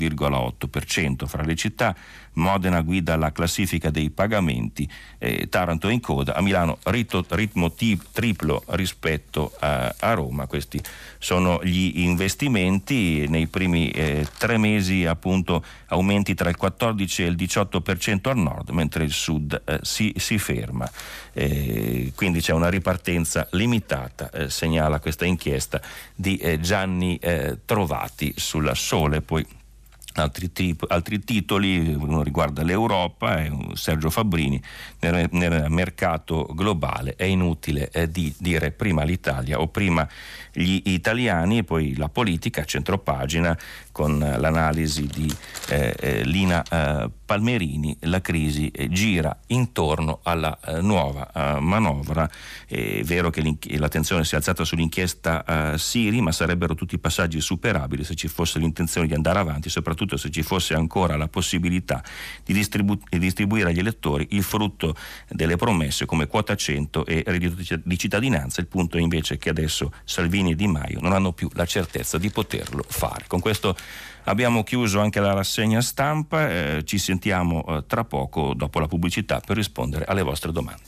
4,8%. Fra le città, Modena guida la classifica dei pagamenti, Taranto in coda, a Milano ritmo triplo rispetto a Roma. Questi sono gli investimenti. Nei primi 3 mesi appunto aumenti tra il 14 e il 18% al nord, mentre il sud si ferma. Quindi c'è una ripartenza limitata, segnala questa inchiesta di Gianni Trovati sul Sole. Poi altri titoli, uno riguarda l'Europa, è Sergio Fabbrini: nel mercato globale è inutile dire prima l'Italia o prima gli italiani. E poi la politica, centropagina, con l'analisi di Lina Palmerini: la crisi gira intorno alla nuova manovra. È vero che l'attenzione si è alzata sull'inchiesta Siri, ma sarebbero tutti passaggi superabili se ci fosse l'intenzione di andare avanti, soprattutto se ci fosse ancora la possibilità di distribuire agli elettori il frutto delle promesse come quota 100 e reddito di cittadinanza. Il punto è invece che adesso Salvini e Di Maio non hanno più la certezza di poterlo fare. Con questo abbiamo chiuso anche la rassegna stampa. Ci sentiamo tra poco, dopo la pubblicità, per rispondere alle vostre domande.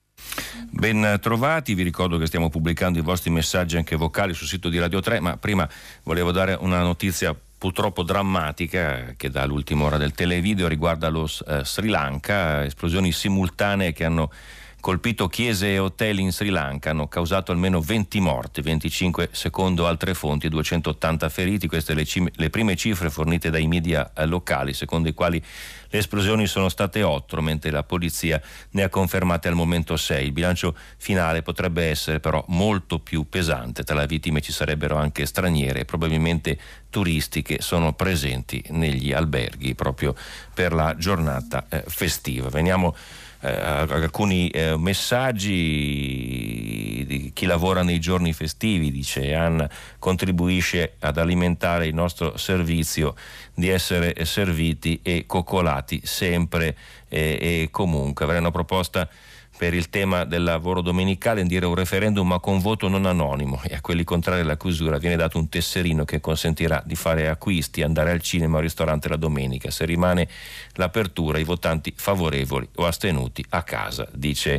Ben trovati, vi ricordo che stiamo pubblicando i vostri messaggi anche vocali sul sito di Radio 3, ma prima volevo dare una notizia purtroppo drammatica che dall'ultima ora del televideo riguarda lo Sri Lanka. Esplosioni simultanee che hanno colpito chiese e hotel in Sri Lanka, hanno causato almeno 20 morti, 25 secondo altre fonti, 280 feriti. Queste le prime cifre fornite dai media locali, secondo i quali le esplosioni sono state 8, mentre la polizia ne ha confermate al momento 6. Il bilancio finale potrebbe essere però molto più pesante. Tra le vittime ci sarebbero anche straniere e probabilmente turisti che sono presenti negli alberghi proprio per la giornata festiva. Veniamo alcuni messaggi di chi lavora nei giorni festivi. Dice Anna: contribuisce ad alimentare il nostro servizio di essere serviti e coccolati sempre e comunque. Avrei una proposta per il tema del lavoro domenicale: indire un referendum ma con voto non anonimo, e a quelli contrari alla chiusura viene dato un tesserino che consentirà di fare acquisti, andare al cinema o al ristorante la domenica. Se rimane l'apertura, i votanti favorevoli o astenuti a casa, dice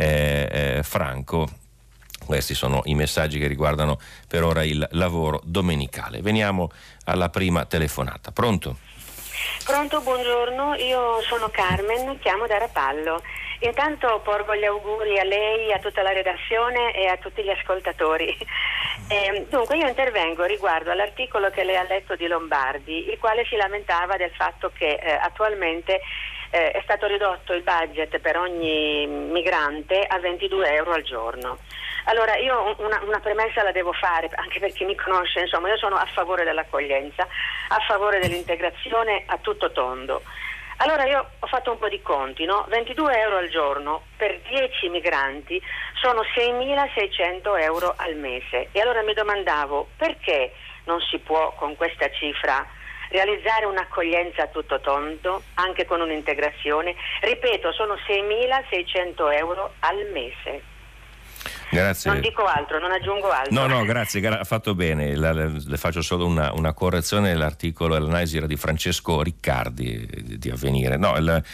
Franco. Questi sono i messaggi che riguardano per ora il lavoro domenicale. Veniamo alla prima telefonata. Pronto? Pronto, buongiorno, io sono Carmen, chiamo da Rapallo. Intanto porgo gli auguri a lei, a tutta la redazione e a tutti gli ascoltatori. Dunque io intervengo riguardo all'articolo che lei ha letto di Lombardi, il quale si lamentava del fatto che attualmente è stato ridotto il budget per ogni migrante a 22 euro al giorno. Allora io una premessa la devo fare, anche per chi mi conosce, insomma io sono a favore dell'accoglienza, a favore dell'integrazione a tutto tondo. Allora io ho fatto un po' di conti, no? 22 euro al giorno per 10 migranti sono 6.600 euro al mese. E allora mi domandavo perché non si può con questa cifra realizzare un'accoglienza a tutto tondo, anche con un'integrazione. Ripeto, sono 6.600 euro al mese. Grazie. Non dico altro, non aggiungo altro. No, grazie, ha fatto bene. Le faccio solo una correzione. L'articolo, l'analisi era di Francesco Riccardi di Avvenire. No,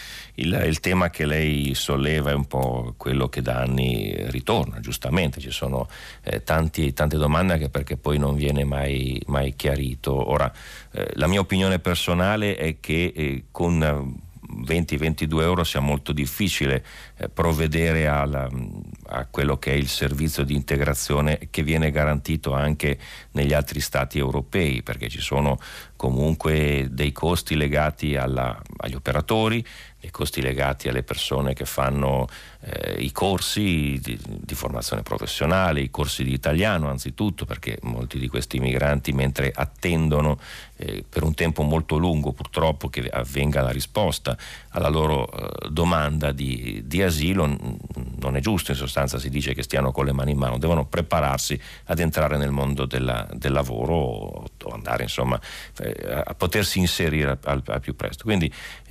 il tema che lei solleva è un po' quello che da anni ritorna, giustamente. Ci sono tante domande, anche perché poi non viene mai chiarito. Ora, la mia opinione personale è che con 20-22 euro sia molto difficile provvedere a quello che è il servizio di integrazione che viene garantito anche negli altri stati europei, perché ci sono comunque dei costi legati agli operatori, dei costi legati alle persone che fanno i corsi di formazione professionale, i corsi di italiano anzitutto, perché molti di questi migranti, mentre attendono per un tempo molto lungo purtroppo che avvenga la risposta alla loro domanda di asilo, non è giusto, in sostanza si dice che stiano con le mani in mano, devono prepararsi ad entrare nel mondo del lavoro o andare insomma a potersi inserire al più presto. Quindi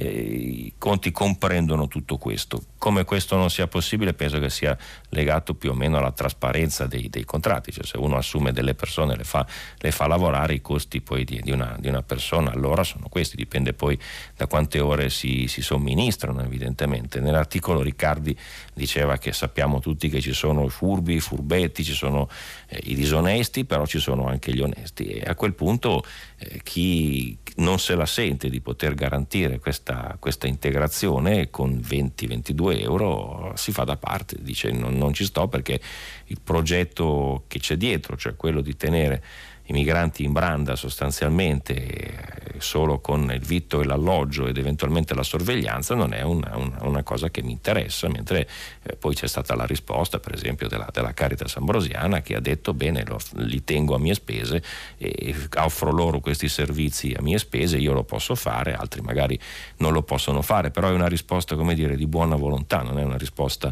i conti comprendono tutto questo. Come questo non sia possibile, penso che sia legato più o meno alla trasparenza dei contratti, cioè se uno assume delle persone, le fa lavorare, i costi poi di una persona allora sono questi, dipende poi da quante ore si somministrano evidentemente. Nell'articolo Riccardi diceva che sappiamo tutti che ci sono i furbi, i furbetti, ci sono i disonesti, però ci sono anche gli onesti, e a quel punto chi non se la sente di poter garantire questa integrazione con 20-22 euro si fa da parte, dice non ci sto, perché il progetto che c'è dietro, cioè quello di tenere i migranti in branda sostanzialmente solo con il vitto e l'alloggio ed eventualmente la sorveglianza, non è una cosa che mi interessa, mentre poi c'è stata la risposta per esempio della Caritas Ambrosiana, che ha detto bene, li tengo a mie spese e offro loro questi servizi a mie spese, io lo posso fare, altri magari non lo possono fare, però è una risposta, come dire, di buona volontà, non è una risposta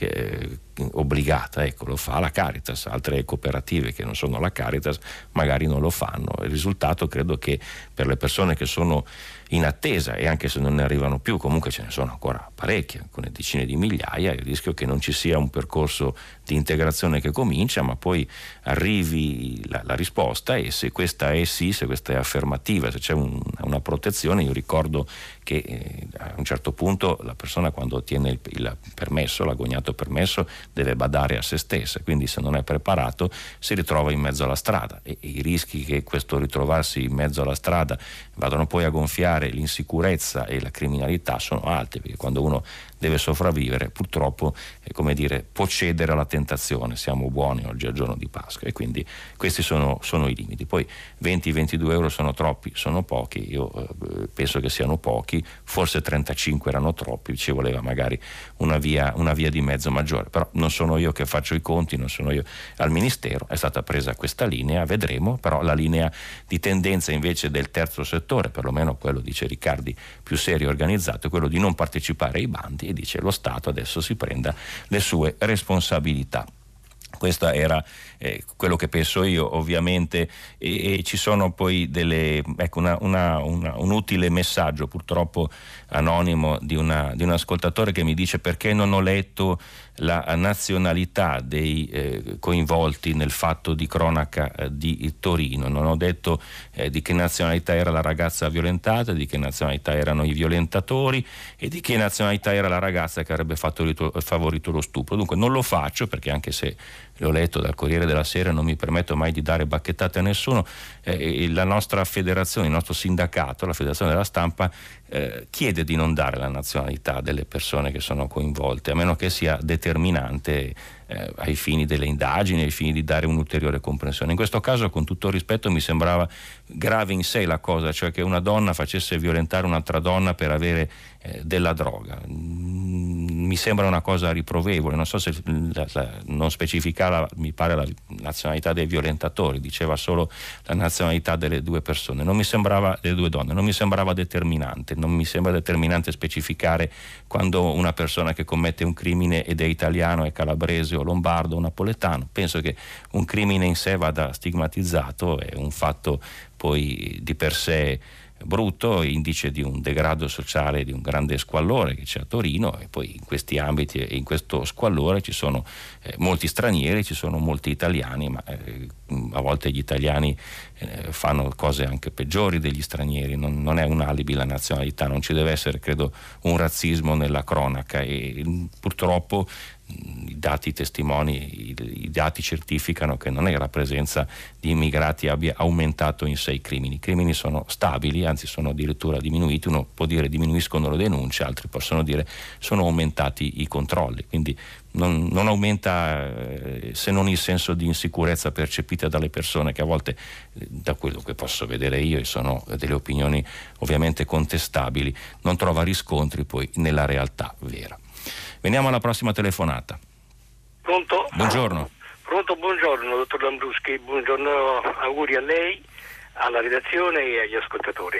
obbligata, ecco, lo fa la Caritas, altre cooperative che non sono la Caritas magari non lo fanno. Il risultato credo che per le persone che sono in attesa, e anche se non ne arrivano più, comunque ce ne sono ancora parecchie, alcune decine di migliaia, il rischio che non ci sia un percorso di integrazione che comincia, ma poi arrivi la risposta, e se questa è sì, se questa è affermativa, se c'è una protezione. Io ricordo che a un certo punto la persona, quando ottiene il permesso, l'agognato permesso, deve badare a se stessa, quindi se non è preparato si ritrova in mezzo alla strada, e i rischi che questo ritrovarsi in mezzo alla strada vadano poi a gonfiare l'insicurezza e la criminalità sono alti, perché quando uno deve sopravvivere, purtroppo può cedere alla tentazione. Siamo buoni oggi al giorno di Pasqua, e quindi questi sono i limiti. Poi 20-22 euro sono troppi, sono pochi, io penso che siano pochi, forse 35 erano troppi, ci voleva magari una via di mezzo maggiore, però non sono io che faccio i conti, non sono io al Ministero, è stata presa questa linea, vedremo. Però la linea di tendenza invece del terzo settore, perlomeno quello, dice Riccardi, più serio e organizzato, è quello di non partecipare ai bandi, e dice lo Stato adesso si prenda le sue responsabilità. Questo era quello che penso io, ovviamente, e ci sono poi un utile messaggio, purtroppo anonimo, di un ascoltatore che mi dice: perché non ho letto la nazionalità dei coinvolti nel fatto di cronaca di Torino, non ho detto di che nazionalità era la ragazza violentata, di che nazionalità erano i violentatori e di che nazionalità era la ragazza che avrebbe favorito lo stupro. Dunque non lo faccio, perché anche se l'ho letto dal Corriere della Sera non mi permetto mai di dare bacchettate a nessuno. La nostra federazione, il nostro sindacato, la Federazione della Stampa, chiede di non dare la nazionalità delle persone che sono coinvolte, a meno che sia determinante ai fini delle indagini, ai fini di dare un'ulteriore comprensione. In questo caso, con tutto il rispetto, mi sembrava grave in sé la cosa, cioè che una donna facesse violentare un'altra donna per avere della droga. Mi sembra una cosa riprovevole. Non so se non specificava, mi pare, la nazionalità dei violentatori, diceva solo la nazionalità delle due persone, delle due donne. Non mi sembrava determinante. Non mi sembra determinante specificare quando una persona che commette un crimine ed è italiano, è calabrese o lombardo o napoletano. Penso che un crimine in sé vada stigmatizzato, è un fatto poi di per sé brutto, indice di un degrado sociale, di un grande squallore che c'è a Torino, e poi in questi ambiti e in questo squallore ci sono molti stranieri, ci sono molti italiani, ma a volte gli italiani fanno cose anche peggiori degli stranieri. Non è un alibi la nazionalità, non ci deve essere, credo, un razzismo nella cronaca, e purtroppo i dati i dati certificano che non è che la presenza di immigrati abbia aumentato in sé i crimini. I crimini sono stabili, anzi sono addirittura diminuiti. Uno può dire diminuiscono le denunce, altri possono dire sono aumentati i controlli, quindi non aumenta se non il senso di insicurezza percepita dalle persone, che a volte, da quello che posso vedere io, e sono delle opinioni ovviamente contestabili, non trova riscontri poi nella realtà vera. Veniamo alla prossima telefonata. Pronto? Buongiorno. Pronto, buongiorno dottor Lambruschi, buongiorno, auguri a lei, alla redazione e agli ascoltatori.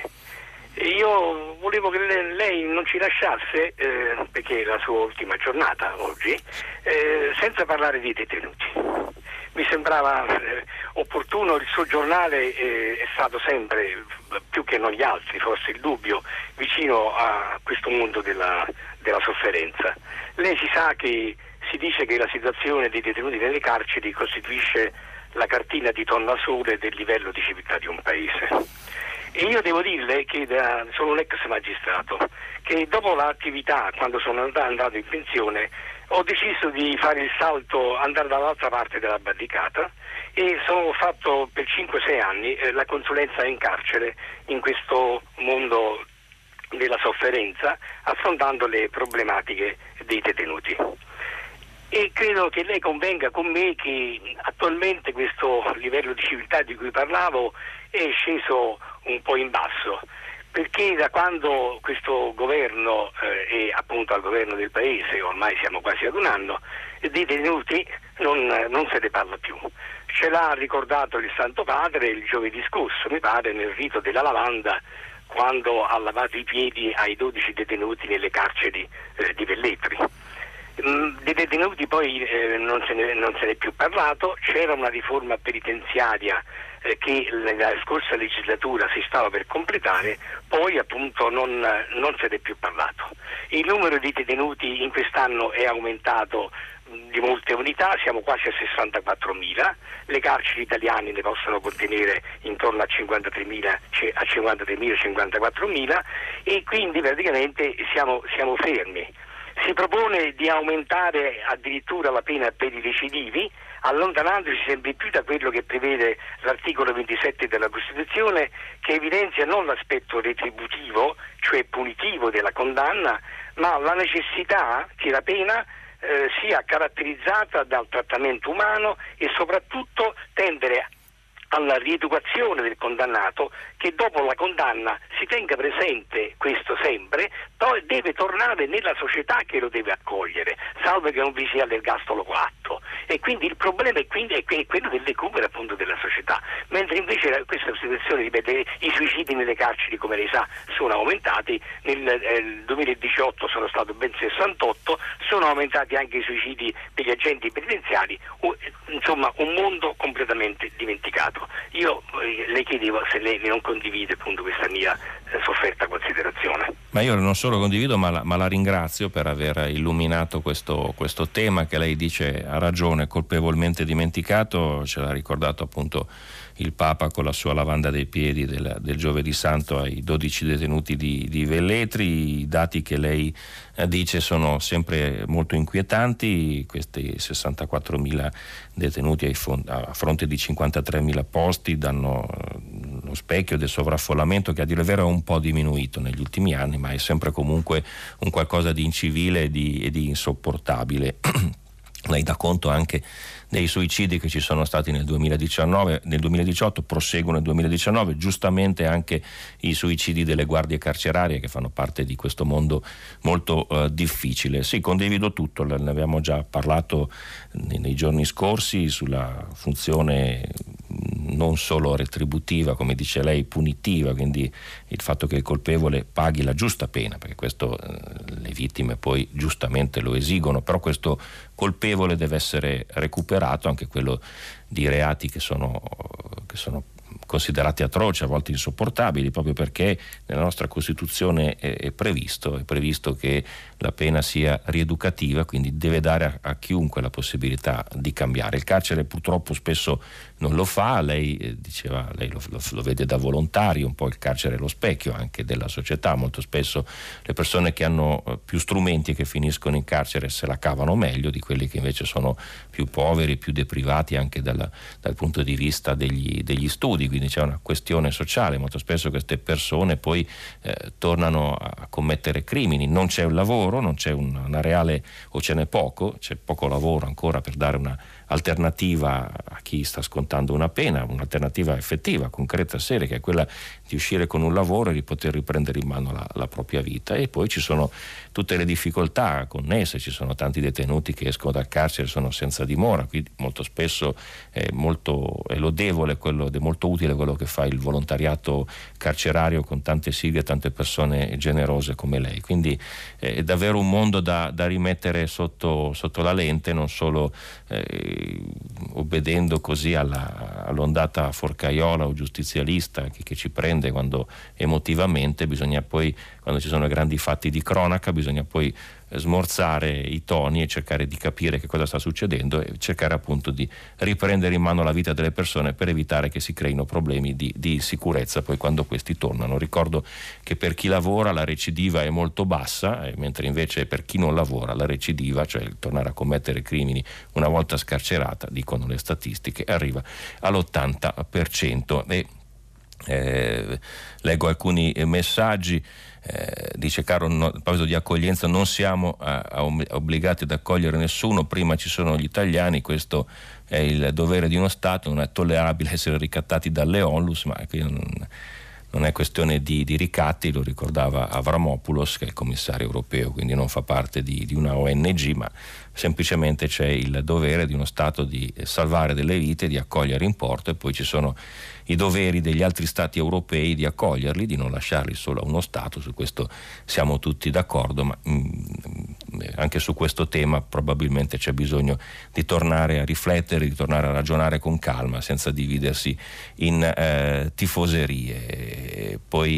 Io volevo che lei non ci lasciasse, perché è la sua ultima giornata oggi, senza parlare di detenuti. Mi sembrava opportuno, il suo giornale è stato sempre, più che non gli altri, forse il Dubbio, vicino a questo mondo della sofferenza. Lei si dice che la situazione dei detenuti nelle carceri costituisce la cartina di tornasole del livello di civiltà di un paese. E io devo dirle che sono un ex magistrato, che dopo l'attività, quando sono andato in pensione, ho deciso di fare il salto, andare dall'altra parte della barricata, e sono fatto per 5-6 anni la consulenza in carcere in questo mondo della sofferenza, affrontando le problematiche dei detenuti. E credo che lei convenga con me che attualmente questo livello di civiltà di cui parlavo è sceso un po' in basso, perché da quando questo governo è appunto al governo del paese, ormai siamo quasi ad un anno, dei detenuti non se ne parla più. Ce l'ha ricordato il Santo Padre il giovedì scorso, mi pare, nel rito della lavanda, quando ha lavato i piedi ai 12 detenuti nelle carceri di Velletri. Dei detenuti poi non se ne è più parlato. C'era una riforma penitenziaria che nella scorsa legislatura si stava per completare, poi appunto non se ne è più parlato. Il numero di detenuti in quest'anno è aumentato di molte unità, siamo quasi a 64.000, le carceri italiane ne possono contenere intorno a 54.000, e quindi praticamente siamo fermi. Si propone di aumentare addirittura la pena per i recidivi, allontanandosi sempre più da quello che prevede l'articolo 27 della Costituzione, che evidenzia non l'aspetto retributivo, cioè punitivo della condanna, ma la necessità che la pena sia caratterizzata dal trattamento umano e soprattutto tendere alla rieducazione del condannato, che dopo la condanna si tenga presente questo sempre, poi deve tornare nella società che lo deve accogliere, salvo che non vi sia l'ergastolo coatto. E quindi il problema è quello del recupero appunto della società, mentre invece questa situazione, ripeto, i suicidi nelle carceri, come lei sa, sono aumentati. Nel 2018 sono stati ben 68, sono aumentati anche i suicidi degli agenti penitenziari, insomma un mondo completamente dimenticato. Io le chiedevo se lei non condivide appunto questa mia sofferta considerazione. Ma io non solo condivido, ma la ringrazio per aver illuminato questo tema che lei dice ha ragione, colpevolmente dimenticato. Ce l'ha ricordato appunto il Papa con la sua lavanda dei piedi del Giovedì Santo ai 12 detenuti di Velletri. I dati che lei dice sono sempre molto inquietanti, questi 64.000 detenuti a fronte di 53.000 posti danno lo specchio del sovraffollamento, che a dire il vero è un po' diminuito negli ultimi anni, ma è sempre comunque un qualcosa di incivile e di insopportabile. Lei dà conto anche dei suicidi che ci sono stati nel 2018, proseguono nel 2019, giustamente anche i suicidi delle guardie carcerarie che fanno parte di questo mondo molto difficile. Sì, condivido tutto, ne abbiamo già parlato nei giorni scorsi sulla funzione non solo retributiva, come dice lei, punitiva, quindi il fatto che il colpevole paghi la giusta pena, perché questo le vittime poi giustamente lo esigono, però questo colpevole deve essere recuperato, anche quello di reati che sono considerati atroci, a volte insopportabili, proprio perché nella nostra Costituzione è previsto che la pena sia rieducativa, quindi deve dare a chiunque la possibilità di cambiare. Il carcere purtroppo spesso non lo fa, lei diceva, lei lo vede da volontario, un po' il carcere è lo specchio anche della società, molto spesso le persone che hanno più strumenti e che finiscono in carcere se la cavano meglio di quelli che invece sono più poveri, più deprivati anche dal punto di vista degli studi, quindi c'è una questione sociale. Molto spesso queste persone poi tornano a commettere crimini, non c'è un lavoro, non c'è una reale, o ce n'è poco, c'è poco lavoro ancora per dare una alternativa a chi sta scontando una pena, un'alternativa effettiva, concreta, seria, che è quella di uscire con un lavoro e di poter riprendere in mano la propria vita. E poi ci sono tutte le difficoltà connesse, ci sono tanti detenuti che escono dal carcere, sono senza dimora, quindi molto spesso è lodevole ed è molto utile quello che fa il volontariato carcerario con tante sigle e tante persone generose come lei. Quindi è davvero un mondo da rimettere sotto la lente, non solo obbedendo così all'ondata forcaiola o giustizialista che ci prende quando emotivamente. Bisogna poi, quando ci sono grandi fatti di cronaca, bisogna poi smorzare i toni e cercare di capire che cosa sta succedendo e cercare appunto di riprendere in mano la vita delle persone per evitare che si creino problemi di sicurezza poi quando questi tornano. Ricordo che per chi lavora la recidiva è molto bassa, mentre invece per chi non lavora la recidiva, cioè il tornare a commettere crimini una volta scarcerata, dicono le statistiche, arriva all'80%. Leggo alcuni messaggi. Dice Caro, a proposito di accoglienza, non siamo obbligati ad accogliere nessuno, prima ci sono gli italiani, questo è il dovere di uno Stato, non è tollerabile essere ricattati dalle onlus, ma qui non è questione di ricatti, lo ricordava Avramopoulos, che è il commissario europeo, quindi non fa parte di una ONG, ma semplicemente c'è il dovere di uno Stato di salvare delle vite, di accogliere in porto, e poi ci sono i doveri degli altri Stati europei di accoglierli, di non lasciarli solo a uno Stato. Su questo siamo tutti d'accordo, ma anche su questo tema probabilmente c'è bisogno di tornare a riflettere, di tornare a ragionare con calma, senza dividersi in tifoserie. Poi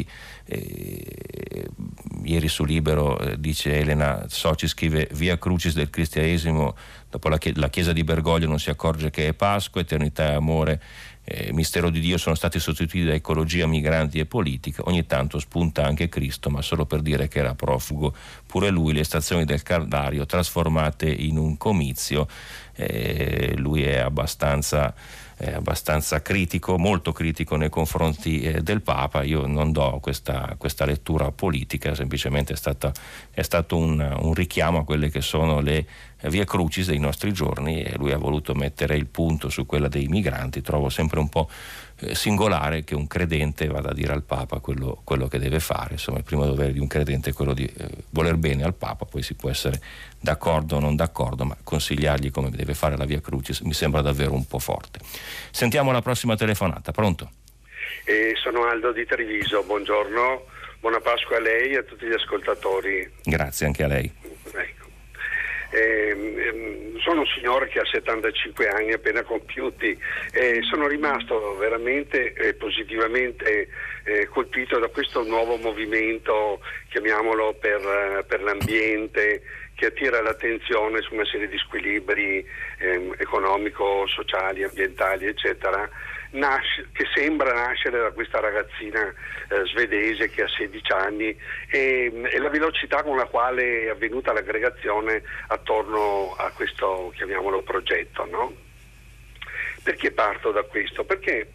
ieri su Libero dice Elena Soci, scrive: Via Crucis del cristianesimo, dopo la chiesa di Bergoglio non si accorge che è Pasqua, eternità e amore, mistero di Dio sono stati sostituiti da ecologia, migranti e politica. Ogni tanto spunta anche Cristo, ma solo per dire che era profugo pure lui, le stazioni del Calvario trasformate in un comizio. Lui è abbastanza abbastanza critico, molto critico nei confronti del Papa. Io non do questa lettura politica, semplicemente è stato un richiamo a quelle che sono le via crucis dei nostri giorni, e lui ha voluto mettere il punto su quella dei migranti. Trovo sempre un po' singolare che un credente vada a dire al Papa quello che deve fare. Insomma, il primo dovere di un credente è quello di voler bene al Papa, poi si può essere d'accordo o non d'accordo, ma consigliargli come deve fare la via crucis mi sembra davvero un po' forte. Sentiamo la prossima telefonata. Pronto? Sono Aldo di Treviso, buongiorno, buona Pasqua a lei e a tutti gli ascoltatori. Grazie, anche a lei. Ecco. Sono un signore che ha 75 anni appena compiuti e sono rimasto veramente positivamente colpito da questo nuovo movimento, chiamiamolo per l'ambiente, che attira l'attenzione su una serie di squilibri economico-sociali, ambientali, eccetera, che sembra nascere da questa ragazzina svedese che ha 16 anni e la velocità con la quale è avvenuta l'aggregazione attorno a questo, chiamiamolo, progetto, no? Perché parto da questo? Perché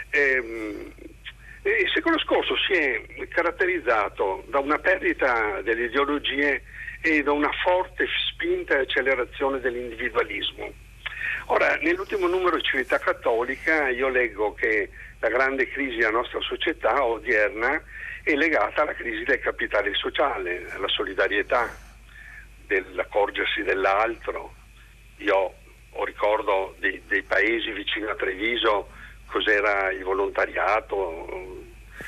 il secolo scorso si è caratterizzato da una perdita delle ideologie e da una forte spinta e accelerazione dell'individualismo. Ora, nell'ultimo numero di Civiltà Cattolica io leggo che la grande crisi della nostra società odierna è legata alla crisi del capitale sociale, alla solidarietà, dell'accorgersi dell'altro. Io ricordo dei paesi vicino a Treviso cos'era il volontariato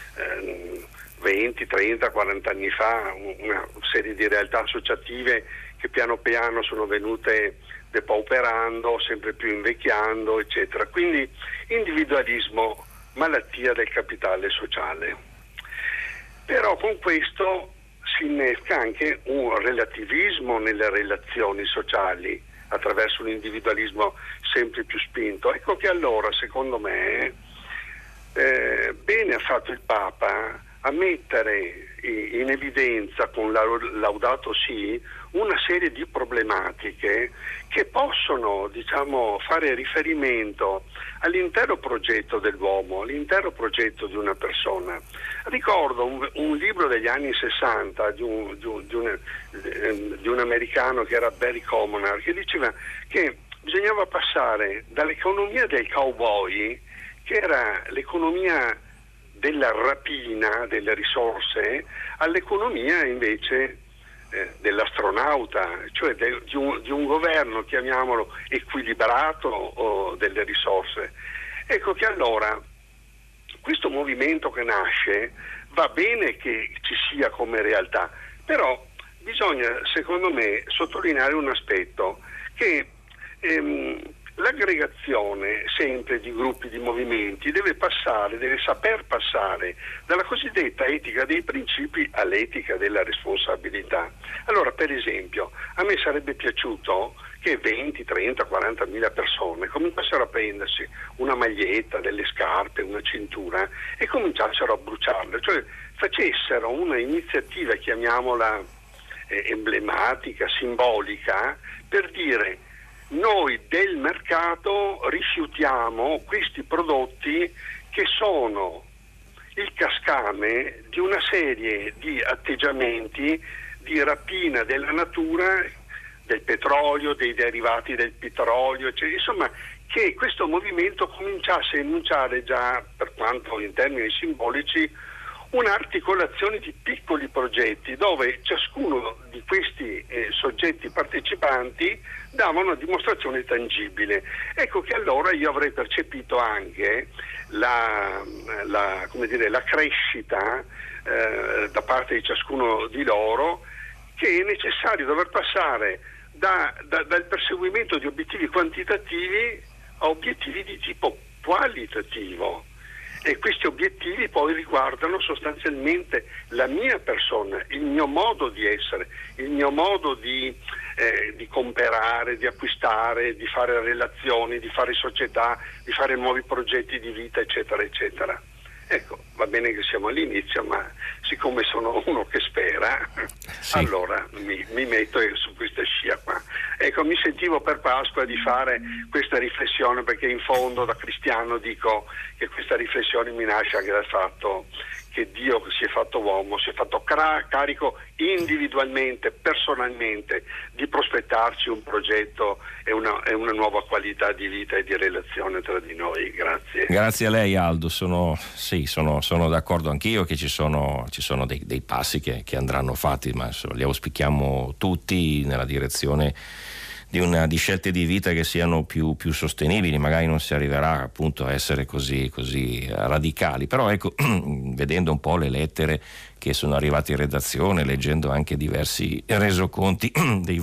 20, 30, 40 anni fa, una serie di realtà associative che piano piano sono venute depauperando, sempre più invecchiando, eccetera. Quindi individualismo, malattia del capitale sociale. Però con questo si innesca anche un relativismo nelle relazioni sociali attraverso un individualismo sempre più spinto. Ecco che allora, secondo me, bene ha fatto il Papa a mettere in evidenza con Laudato Si una serie di problematiche che possono, diciamo, fare riferimento all'intero progetto dell'uomo, all'intero progetto di una persona. Ricordo un libro degli anni 60 di un americano che era Barry Commoner, che diceva che bisognava passare dall'economia del cowboy, che era l'economia della rapina delle risorse, all'economia invece dell'astronauta, cioè di un governo, chiamiamolo, equilibrato delle risorse. Ecco che allora questo movimento che nasce va bene che ci sia come realtà, però bisogna, secondo me, sottolineare un aspetto, che l'aggregazione sempre di gruppi, di movimenti deve saper passare dalla cosiddetta etica dei principi all'etica della responsabilità. Allora, per esempio, a me sarebbe piaciuto che 20, 30, 40 mila persone cominciassero a prendersi una maglietta, delle scarpe, una cintura e cominciassero a bruciarle, cioè facessero una iniziativa, chiamiamola emblematica, simbolica, per dire: noi del mercato rifiutiamo questi prodotti che sono il cascame di una serie di atteggiamenti di rapina della natura, del petrolio, dei derivati del petrolio, eccetera. Insomma, che questo movimento cominciasse a enunciare già, per quanto in termini simbolici, un'articolazione di piccoli progetti dove ciascuno di questi soggetti partecipanti dava una dimostrazione tangibile. Ecco che allora io avrei percepito anche la crescita da parte di ciascuno di loro, che è necessario dover passare dal perseguimento di obiettivi quantitativi a obiettivi di tipo qualitativo. E questi obiettivi poi riguardano sostanzialmente la mia persona, il mio modo di essere, il mio modo di comprare, di acquistare, di fare relazioni, di fare società, di fare nuovi progetti di vita, eccetera, eccetera. Ecco, va bene che siamo all'inizio, ma siccome sono uno che spera, sì, allora mi metto su questa scia qua. Ecco, mi sentivo per Pasqua di fare questa riflessione, perché in fondo da cristiano dico che questa riflessione mi nasce anche dal fatto che Dio si è fatto uomo, si è fatto carico individualmente, personalmente, di prospettarci un progetto e una nuova qualità di vita e di relazione tra di noi. Grazie. Grazie a lei, Aldo. Sono d'accordo anch'io che ci sono dei passi che andranno fatti, ma li auspichiamo tutti nella direzione di scelte di vita che siano più sostenibili. Magari non si arriverà appunto a essere così radicali, però ecco, vedendo un po' le lettere che sono arrivate in redazione, leggendo anche diversi resoconti delle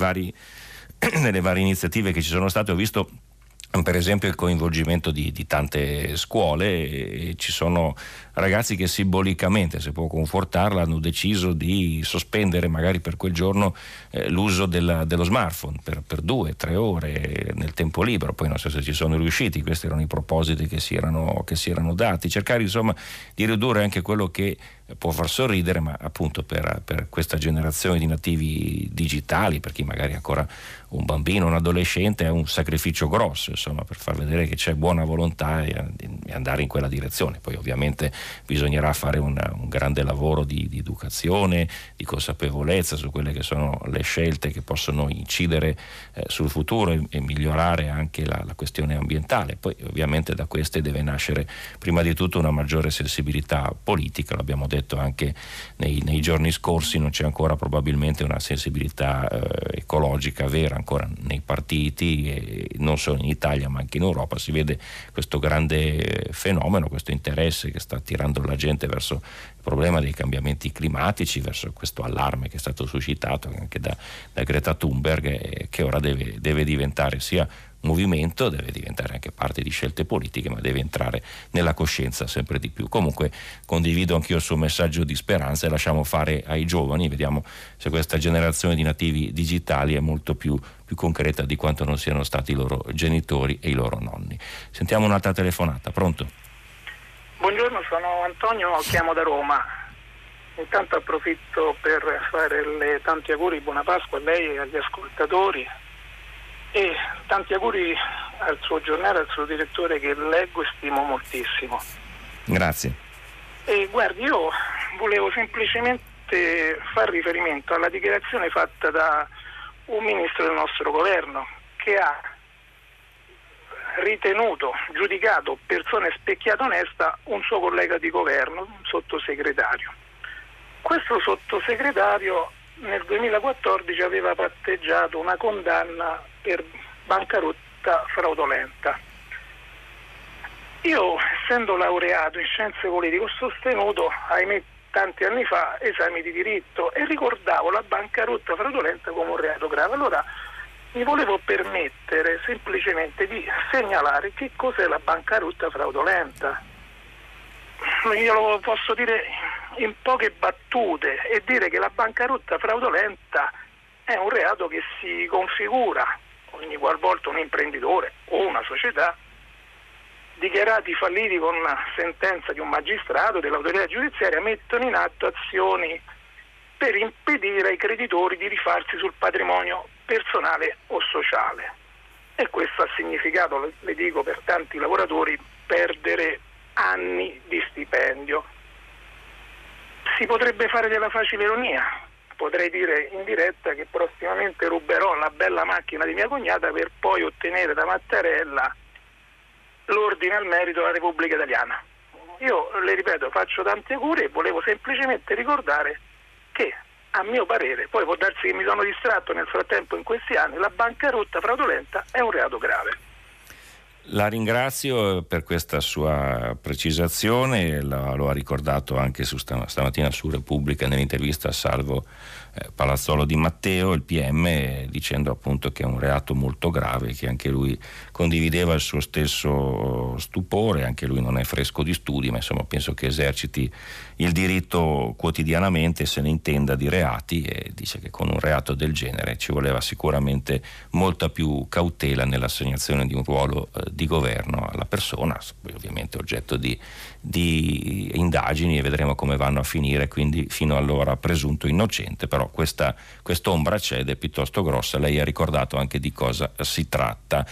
varie iniziative che ci sono state, ho visto per esempio il coinvolgimento di tante scuole, e ci sono ragazzi che simbolicamente, se può confortarla, hanno deciso di sospendere magari per quel giorno l'uso dello smartphone per 2-3 ore nel tempo libero. Poi non so se ci sono riusciti, questi erano i propositi che si erano dati, cercare insomma di ridurre anche quello che può far sorridere, ma appunto per questa generazione di nativi digitali, per chi magari è ancora un bambino, un adolescente, è un sacrificio grosso, insomma, per far vedere che c'è buona volontà e andare in quella direzione. Poi ovviamente bisognerà fare un grande lavoro di educazione, di consapevolezza su quelle che sono le scelte che possono incidere sul futuro e migliorare anche la questione ambientale. Poi ovviamente da queste deve nascere prima di tutto una maggiore sensibilità politica, l'abbiamo detto anche nei giorni scorsi, non c'è ancora probabilmente una sensibilità ecologica vera ancora nei partiti, e non solo in Italia ma anche in Europa. Si vede questo grande fenomeno, questo interesse che sta attirando la gente verso il problema dei cambiamenti climatici, verso questo allarme che è stato suscitato anche da Greta Thunberg, che ora deve diventare sia movimento, deve diventare anche parte di scelte politiche, ma deve entrare nella coscienza sempre di più. Comunque condivido anch'io il suo messaggio di speranza e lasciamo fare ai giovani, vediamo se questa generazione di nativi digitali è molto più concreta di quanto non siano stati i loro genitori e i loro nonni. Sentiamo un'altra telefonata. Pronto? Buongiorno, sono Antonio, chiamo da Roma. Intanto approfitto per fare tanti auguri, buona Pasqua a lei e agli ascoltatori, e tanti auguri al suo giornale, al suo direttore, che leggo e stimo moltissimo. Grazie. E guardi, io volevo semplicemente far riferimento alla dichiarazione fatta da un ministro del nostro governo, che ha giudicato persona specchiata onesta un suo collega di governo, un sottosegretario. Questo sottosegretario nel 2014 aveva patteggiato una condanna per bancarotta fraudolenta. Io, essendo laureato in scienze politiche, ho sostenuto, ahimè, tanti anni fa, esami di diritto, e ricordavo la bancarotta fraudolenta come un reato grave. Allora mi volevo permettere semplicemente di segnalare che cos'è la bancarotta fraudolenta. Io lo posso dire in poche battute e dire che la bancarotta fraudolenta è un reato che si configura ogni qualvolta un imprenditore o una società, dichiarati falliti con una sentenza di un magistrato, dell'autorità giudiziaria, mettono in atto azioni per impedire ai creditori di rifarsi sul patrimonio personale o sociale. E questo ha significato, le dico, per tanti lavoratori perdere anni di stipendio. Si potrebbe fare della facile ironia, potrei dire in diretta che prossimamente ruberò la bella macchina di mia cognata per poi ottenere da Mattarella l'ordine al merito della Repubblica Italiana. Io, le ripeto, faccio tanti auguri e volevo semplicemente ricordare che, a mio parere, poi può darsi che mi sono distratto nel frattempo in questi anni, la bancarotta fraudolenta è un reato grave. La ringrazio per questa sua precisazione, lo ha ricordato anche stamattina su Repubblica nell'intervista a Salvo Palazzolo Di Matteo, il PM, dicendo appunto che è un reato molto grave, che anche lui condivideva il suo stesso stupore. Anche lui non è fresco di studi, ma insomma penso che eserciti il diritto quotidianamente, se ne intenda di reati, e dice che con un reato del genere ci voleva sicuramente molta più cautela nell'assegnazione di un ruolo di governo alla persona, ovviamente oggetto di indagini, e vedremo come vanno a finire, quindi fino allora presunto innocente, però quest'ombra c'è ed è piuttosto grossa. Lei ha ricordato anche di cosa si tratta.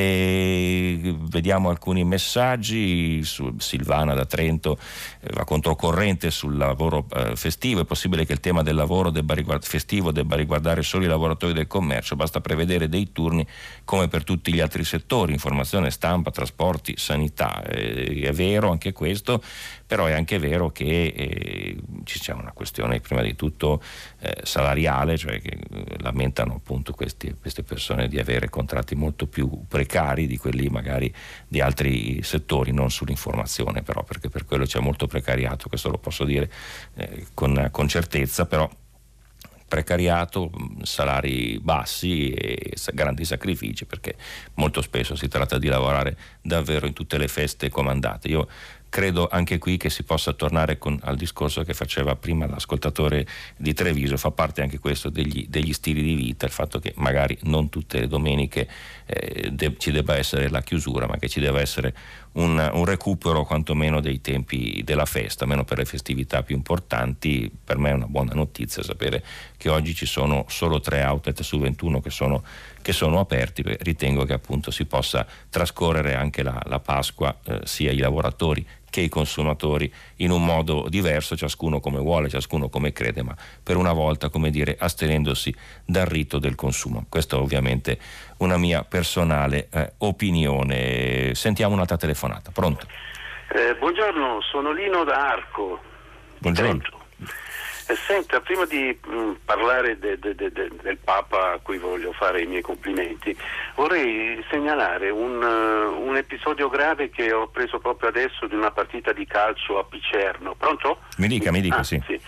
E vediamo alcuni messaggi. Silvana da Trento va controcorrente sul lavoro festivo. È possibile che il tema del lavoro festivo debba riguardare solo i lavoratori del commercio? Basta prevedere dei turni come per tutti gli altri settori, informazione, stampa, trasporti, sanità. È vero anche questo, però è anche vero che ci c'è una questione prima di tutto salariale, cioè che lamentano appunto queste persone di avere contratti molto più precari di quelli magari di altri settori, non sull'informazione però, perché per quello c'è molto precariato, questo lo posso dire con certezza, però precariato, salari bassi e grandi sacrifici, perché molto spesso si tratta di lavorare davvero in tutte le feste comandate. Io credo anche qui che si possa tornare al discorso che faceva prima l'ascoltatore di Treviso. Fa parte anche questo degli stili di vita, il fatto che magari non tutte le domeniche ci debba essere la chiusura, ma che ci debba essere un recupero quantomeno dei tempi della festa, almeno per le festività più importanti. Per me è una buona notizia sapere che oggi ci sono solo 3 outlet su 21 che sono aperti. Ritengo che appunto si possa trascorrere anche la Pasqua, sia i lavoratori che i consumatori, in un modo diverso, ciascuno come vuole, ciascuno come crede, ma per una volta, come dire, astenendosi dal rito del consumo. Questa è ovviamente una mia personale opinione. Sentiamo un'altra telefonata. Pronto? Buongiorno, sono Lino da Arco. Buongiorno. Senta, prima di parlare del Papa a cui voglio fare i miei complimenti, vorrei segnalare un episodio grave che ho preso proprio adesso di una partita di calcio a Picerno. Pronto? Mi dica, sì. Sì.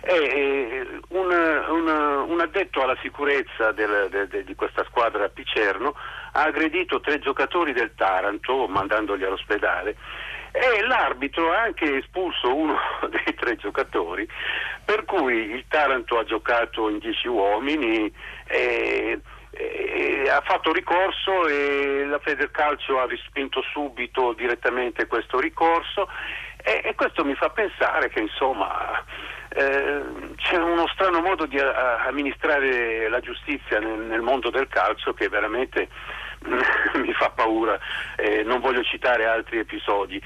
Un addetto alla sicurezza di questa squadra a Picerno ha aggredito 3 giocatori del Taranto mandandoli all'ospedale, e l'arbitro ha anche espulso uno dei 3 giocatori, per cui il Taranto ha giocato in 10 uomini e ha fatto ricorso, e la Federcalcio ha respinto subito direttamente questo ricorso, e questo mi fa pensare che insomma c'è uno strano modo di amministrare la giustizia nel mondo del calcio che veramente mi fa paura. Non voglio citare altri episodi.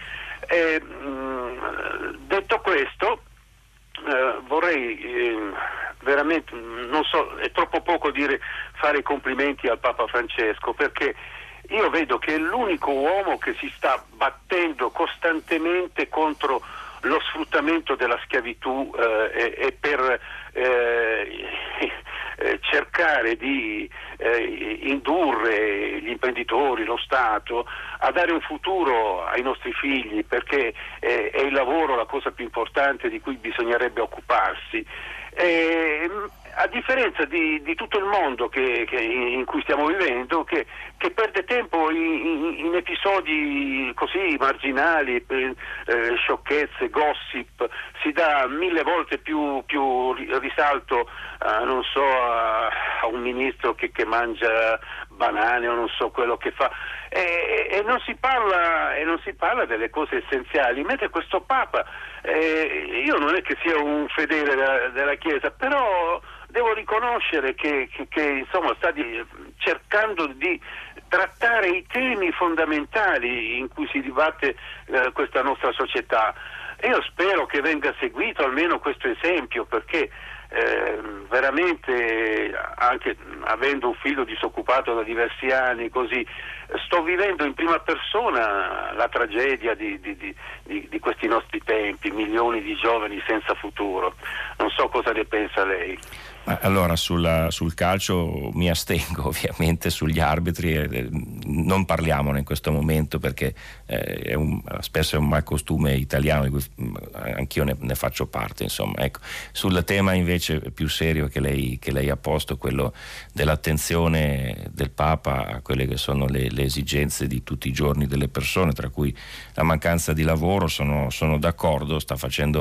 Detto questo, vorrei veramente, non so, è troppo poco dire fare i complimenti al Papa Francesco, perché io vedo che è l'unico uomo che si sta battendo costantemente contro lo sfruttamento della schiavitù e per cercare di indurre gli imprenditori, lo Stato, a dare un futuro ai nostri figli, perché è il lavoro la cosa più importante di cui bisognerebbe occuparsi. A differenza di tutto il mondo in cui stiamo vivendo, che perde tempo in episodi così marginali, sciocchezze, gossip, si dà 1000 volte più risalto non so, a un ministro che mangia banane o non so quello che fa, e non si parla delle cose essenziali, mentre questo Papa, io non è che sia un fedele della Chiesa, però devo riconoscere che insomma sta cercando di trattare i temi fondamentali in cui si dibatte questa nostra società, e io spero che venga seguito almeno questo esempio, perché veramente, anche avendo un figlio disoccupato da diversi anni, così sto vivendo in prima persona la tragedia di questi nostri tempi, milioni di giovani senza futuro. Non so cosa ne pensa lei. Allora, sul calcio mi astengo, ovviamente. Sugli arbitri non parliamone in questo momento, perché spesso è un malcostume italiano di cui anch'io ne faccio parte, insomma. Ecco. Sul tema invece più serio che lei ha posto, quello dell'attenzione del Papa a quelle che sono le esigenze di tutti i giorni delle persone, tra cui la mancanza di lavoro, sono d'accordo. Sta facendo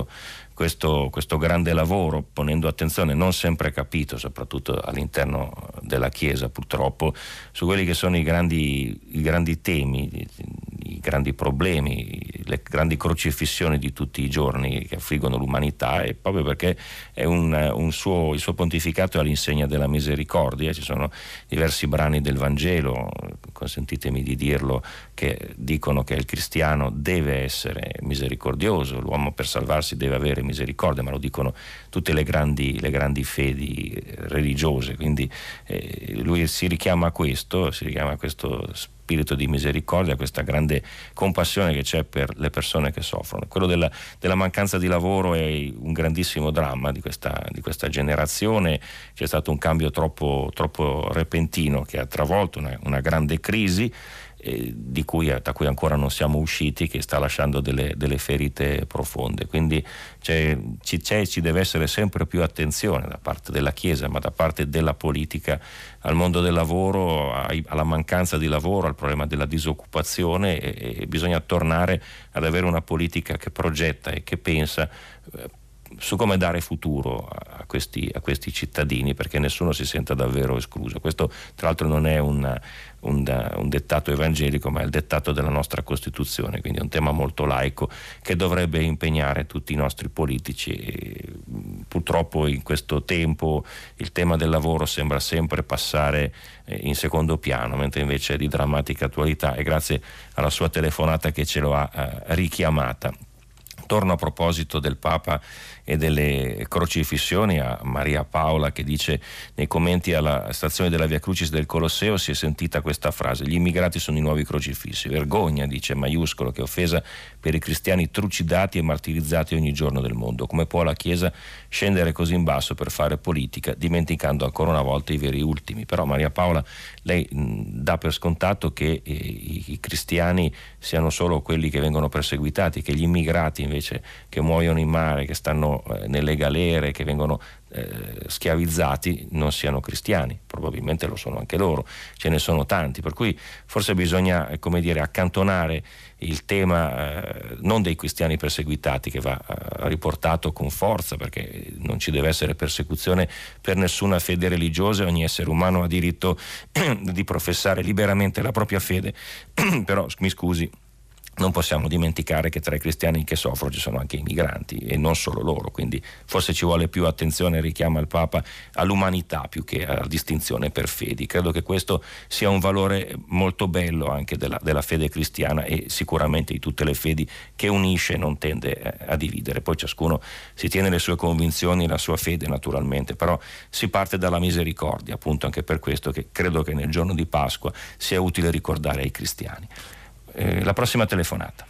questo grande lavoro, ponendo attenzione, non sempre capito, soprattutto all'interno della Chiesa purtroppo, su quelli che sono i grandi temi, i grandi problemi, le grandi crocifissioni di tutti i giorni che affliggono l'umanità, e proprio perché è il suo pontificato è all'insegna della misericordia. Ci sono diversi brani del Vangelo, consentitemi di dirlo, che dicono che il cristiano deve essere misericordioso, l'uomo per salvarsi deve avere misericordia, ma lo dicono tutte le grandi fedi religiose, quindi lui si richiama a questo spirito di misericordia, questa grande compassione che c'è per le persone che soffrono. Quello della mancanza di lavoro è un grandissimo dramma di questa generazione. C'è stato un cambio troppo repentino che ha travolto una grande crisi da cui ancora non siamo usciti, che sta lasciando delle ferite profonde. Quindi ci deve essere sempre più attenzione da parte della Chiesa, ma da parte della politica, al mondo del lavoro, alla mancanza di lavoro, al problema della disoccupazione, e bisogna tornare ad avere una politica che progetta e che pensa su come dare futuro a questi cittadini, perché nessuno si senta davvero escluso. Questo tra l'altro non è un dettato evangelico, ma è il dettato della nostra Costituzione, quindi è un tema molto laico che dovrebbe impegnare tutti i nostri politici. E purtroppo in questo tempo il tema del lavoro sembra sempre passare in secondo piano, mentre invece è di drammatica attualità, e grazie alla sua telefonata che ce lo ha richiamata. Torno a proposito del Papa e delle crocifissioni a Maria Paola, che dice: nei commenti alla stazione della Via Crucis del Colosseo si è sentita questa frase: gli immigrati sono i nuovi crocifissi. Vergogna, dice maiuscolo, che offesa per i cristiani trucidati e martirizzati ogni giorno del mondo. Come può la Chiesa scendere così in basso per fare politica, dimenticando ancora una volta i veri ultimi? Però Maria Paola, lei dà per scontato che i cristiani siano solo quelli che vengono perseguitati, che gli immigrati invece che muoiono in mare, che stanno nelle galere, che vengono schiavizzati, non siano cristiani. Probabilmente lo sono anche loro, ce ne sono tanti, per cui forse bisogna, accantonare il tema non dei cristiani perseguitati, che va riportato con forza, perché non ci deve essere persecuzione per nessuna fede religiosa, ogni essere umano ha diritto di professare liberamente la propria fede, però mi scusi, non possiamo dimenticare che tra i cristiani che soffrono ci sono anche i migranti, e non solo loro, quindi forse ci vuole più attenzione, richiama il Papa, all'umanità più che alla distinzione per fedi. Credo che questo sia un valore molto bello anche della fede cristiana, e sicuramente di tutte le fedi, che unisce e non tende a dividere. Poi ciascuno si tiene le sue convinzioni, la sua fede naturalmente, però si parte dalla misericordia, appunto anche per questo che credo che nel giorno di Pasqua sia utile ricordare ai cristiani. La prossima telefonata.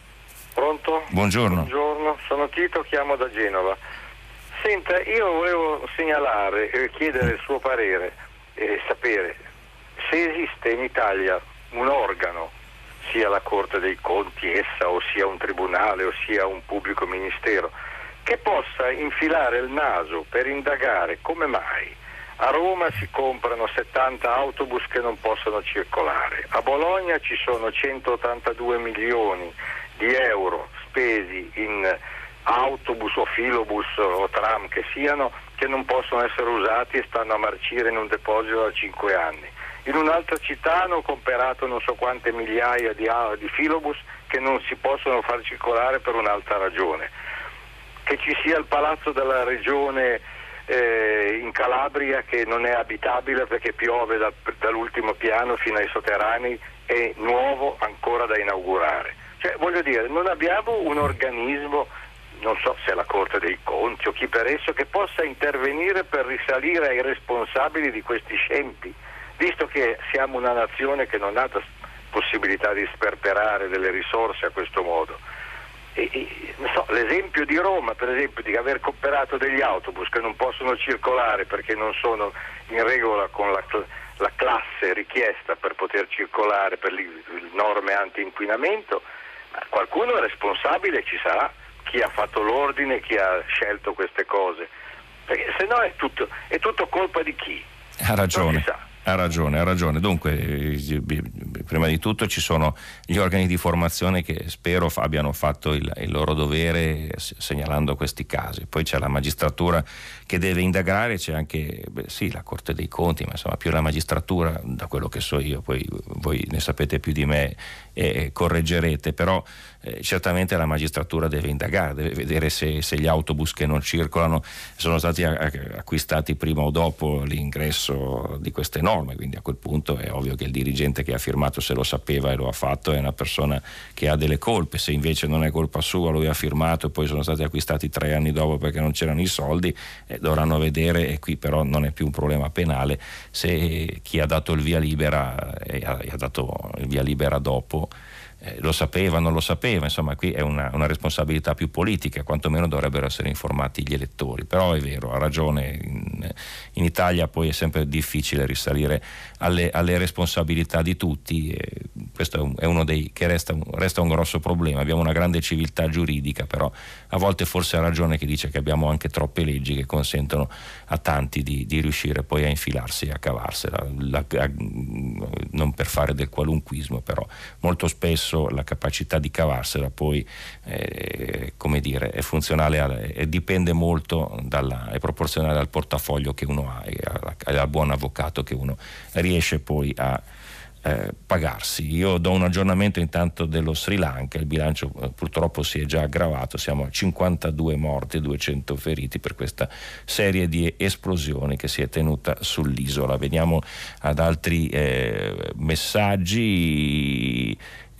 Pronto? Buongiorno. Buongiorno, sono Tito, chiamo da Genova. Senta, io volevo segnalare e chiedere il suo parere e sapere se esiste in Italia un organo, sia la Corte dei Conti essa, o sia un tribunale, o sia un pubblico ministero, che possa infilare il naso per indagare come mai a Roma si comprano 70 autobus che non possono circolare, a Bologna ci sono 182 milioni di euro spesi in autobus o filobus o tram che siano, che non possono essere usati e stanno a marcire in un deposito da 5 anni. In un'altra città hanno comprato non so quante migliaia di filobus che non si possono far circolare per un'altra ragione. Che ci sia il palazzo della regione in Calabria che non è abitabile perché piove dall'ultimo piano fino ai sotterranei, è nuovo ancora da inaugurare. Cioè, voglio dire, non abbiamo un organismo, non so se è la Corte dei Conti o chi per esso, che possa intervenire per risalire ai responsabili di questi scempi, visto che siamo una nazione che non ha possibilità di sperperare delle risorse a questo modo. Non so, l'esempio di Roma, per esempio, di aver comprato degli autobus che non possono circolare perché non sono in regola con la classe richiesta per poter circolare per le norme anti-inquinamento, ma qualcuno è responsabile, ci sarà chi ha fatto l'ordine, chi ha scelto queste cose, perché se no è tutto colpa di chi? Ha ragione. Ha ragione. Dunque prima di tutto ci sono gli organi di formazione che spero abbiano fatto il loro dovere segnalando questi casi, poi c'è la magistratura che deve indagare, c'è anche la Corte dei Conti, ma insomma più la magistratura, da quello che so io, poi voi ne sapete più di me e correggerete, però certamente la magistratura deve indagare, deve vedere se gli autobus che non circolano sono stati acquistati prima o dopo l'ingresso di queste norme, quindi a quel punto è ovvio che il dirigente che ha firmato, se lo sapeva e lo ha fatto, è una persona che ha delle colpe. Se invece non è colpa sua, lui ha firmato e poi sono stati acquistati 3 anni dopo perché non c'erano i soldi, dovranno vedere, e qui però non è più un problema penale, se chi ha dato il via libera e ha dato il via libera dopo lo sapeva, non lo sapeva, insomma qui è una responsabilità più politica, quantomeno dovrebbero essere informati gli elettori. Però è vero, ha ragione, in Italia poi è sempre difficile risalire alle responsabilità di tutti, e questo è uno dei che resta un grosso problema. Abbiamo una grande civiltà giuridica, però a volte forse ha ragione chi dice che abbiamo anche troppe leggi che consentono a tanti di riuscire poi a infilarsi e a cavarsela, non per fare del qualunquismo, però molto spesso la capacità di cavarsela poi come dire, è funzionale e dipende molto è proporzionale al portafoglio che uno ha e al buon avvocato che uno riesce poi a pagarsi. Io do un aggiornamento intanto dello Sri Lanka, il bilancio purtroppo si è già aggravato, siamo a 52 morti e 200 feriti per questa serie di esplosioni che si è tenuta sull'isola. Veniamo ad altri messaggi.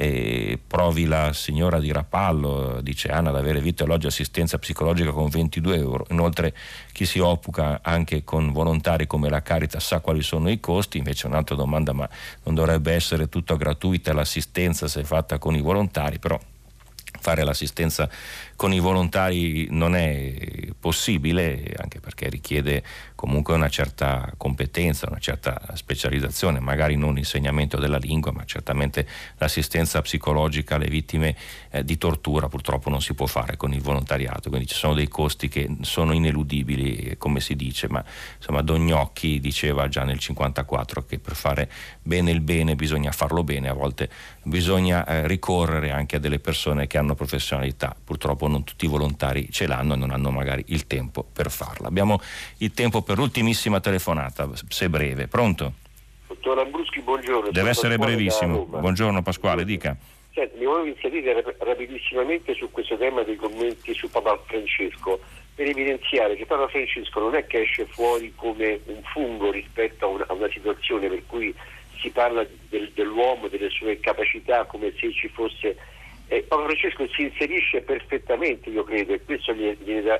Provi la signora di Rapallo, dice Anna, ad avere vitto, alloggio e assistenza psicologica con 22 euro. Inoltre chi si occupa anche con volontari come la Caritas sa quali sono i costi. Invece un'altra domanda: ma non dovrebbe essere tutto gratuita l'assistenza se fatta con i volontari? Però fare l'assistenza con i volontari non è possibile, anche perché richiede comunque una certa competenza, una certa specializzazione, magari non l'insegnamento della lingua, ma certamente l'assistenza psicologica alle vittime di tortura purtroppo non si può fare con il volontariato, quindi ci sono dei costi che sono ineludibili, come si dice, ma insomma Don Gnocchi diceva già nel 1954 che per fare bene il bene bisogna farlo bene, a volte bisogna ricorrere anche a delle persone che hanno professionalità. Purtroppo non tutti i volontari ce l'hanno e non hanno magari il tempo per farla. Abbiamo il tempo per l'ultimissima telefonata, se breve. Pronto? Dottor Lambruschi, buongiorno. Deve essere brevissimo. Buongiorno Pasquale, dica. Senti, mi volevo inserire rapidissimamente su questo tema dei commenti su Papa Francesco, per evidenziare che Papa Francesco non è che esce fuori come un fungo rispetto a una situazione per cui si parla dell'uomo, delle sue capacità, come se ci fosse... Papa Francesco si inserisce perfettamente, io credo, e questo gli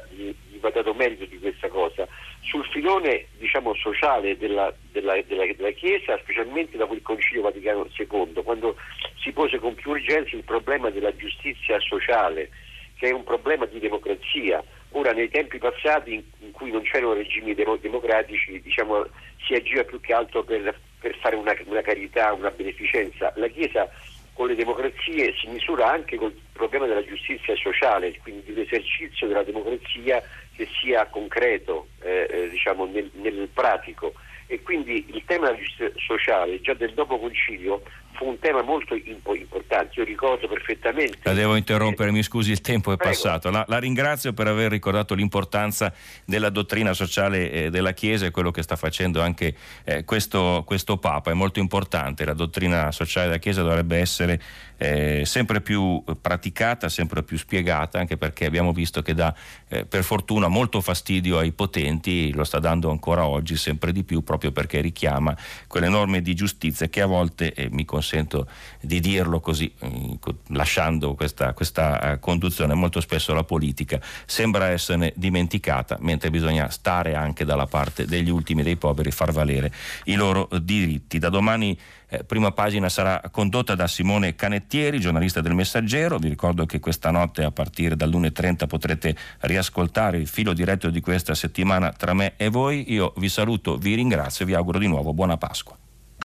va dato merito di questa cosa, sul filone, diciamo, sociale della Chiesa, specialmente dopo il Concilio Vaticano II, quando si pose con più urgenza il problema della giustizia sociale, che è un problema di democrazia. Ora, nei tempi passati in cui non c'erano regimi democratici, diciamo, si agiva più che altro per fare una carità, una beneficenza. La Chiesa con le democrazie si misura anche col problema della giustizia sociale, quindi di un esercizio della democrazia che sia concreto, diciamo nel pratico. E quindi il tema della giustizia sociale già del dopo concilio fu un tema molto importante. Io ricordo perfettamente. La devo interrompere, mi scusi, il tempo è Prego. passato. La ringrazio per aver ricordato l'importanza della dottrina sociale della Chiesa e quello che sta facendo anche questo Papa. È molto importante. La dottrina sociale della Chiesa dovrebbe essere sempre più praticata, sempre più spiegata, anche perché abbiamo visto che dà per fortuna molto fastidio ai potenti, lo sta dando ancora oggi sempre di più, proprio perché richiama quelle norme di giustizia che a volte, mi consento di dirlo così, lasciando questa conduzione, molto spesso la politica sembra esserne dimenticata, mentre bisogna stare anche dalla parte degli ultimi, dei poveri, far valere i loro diritti. Da domani Prima Pagina sarà condotta da Simone Canettieri, giornalista del Messaggero. Vi ricordo che questa notte a partire dall'1:30 potrete riascoltare il filo diretto di questa settimana tra me e voi. Io vi saluto, vi ringrazio e vi auguro di nuovo buona Pasqua.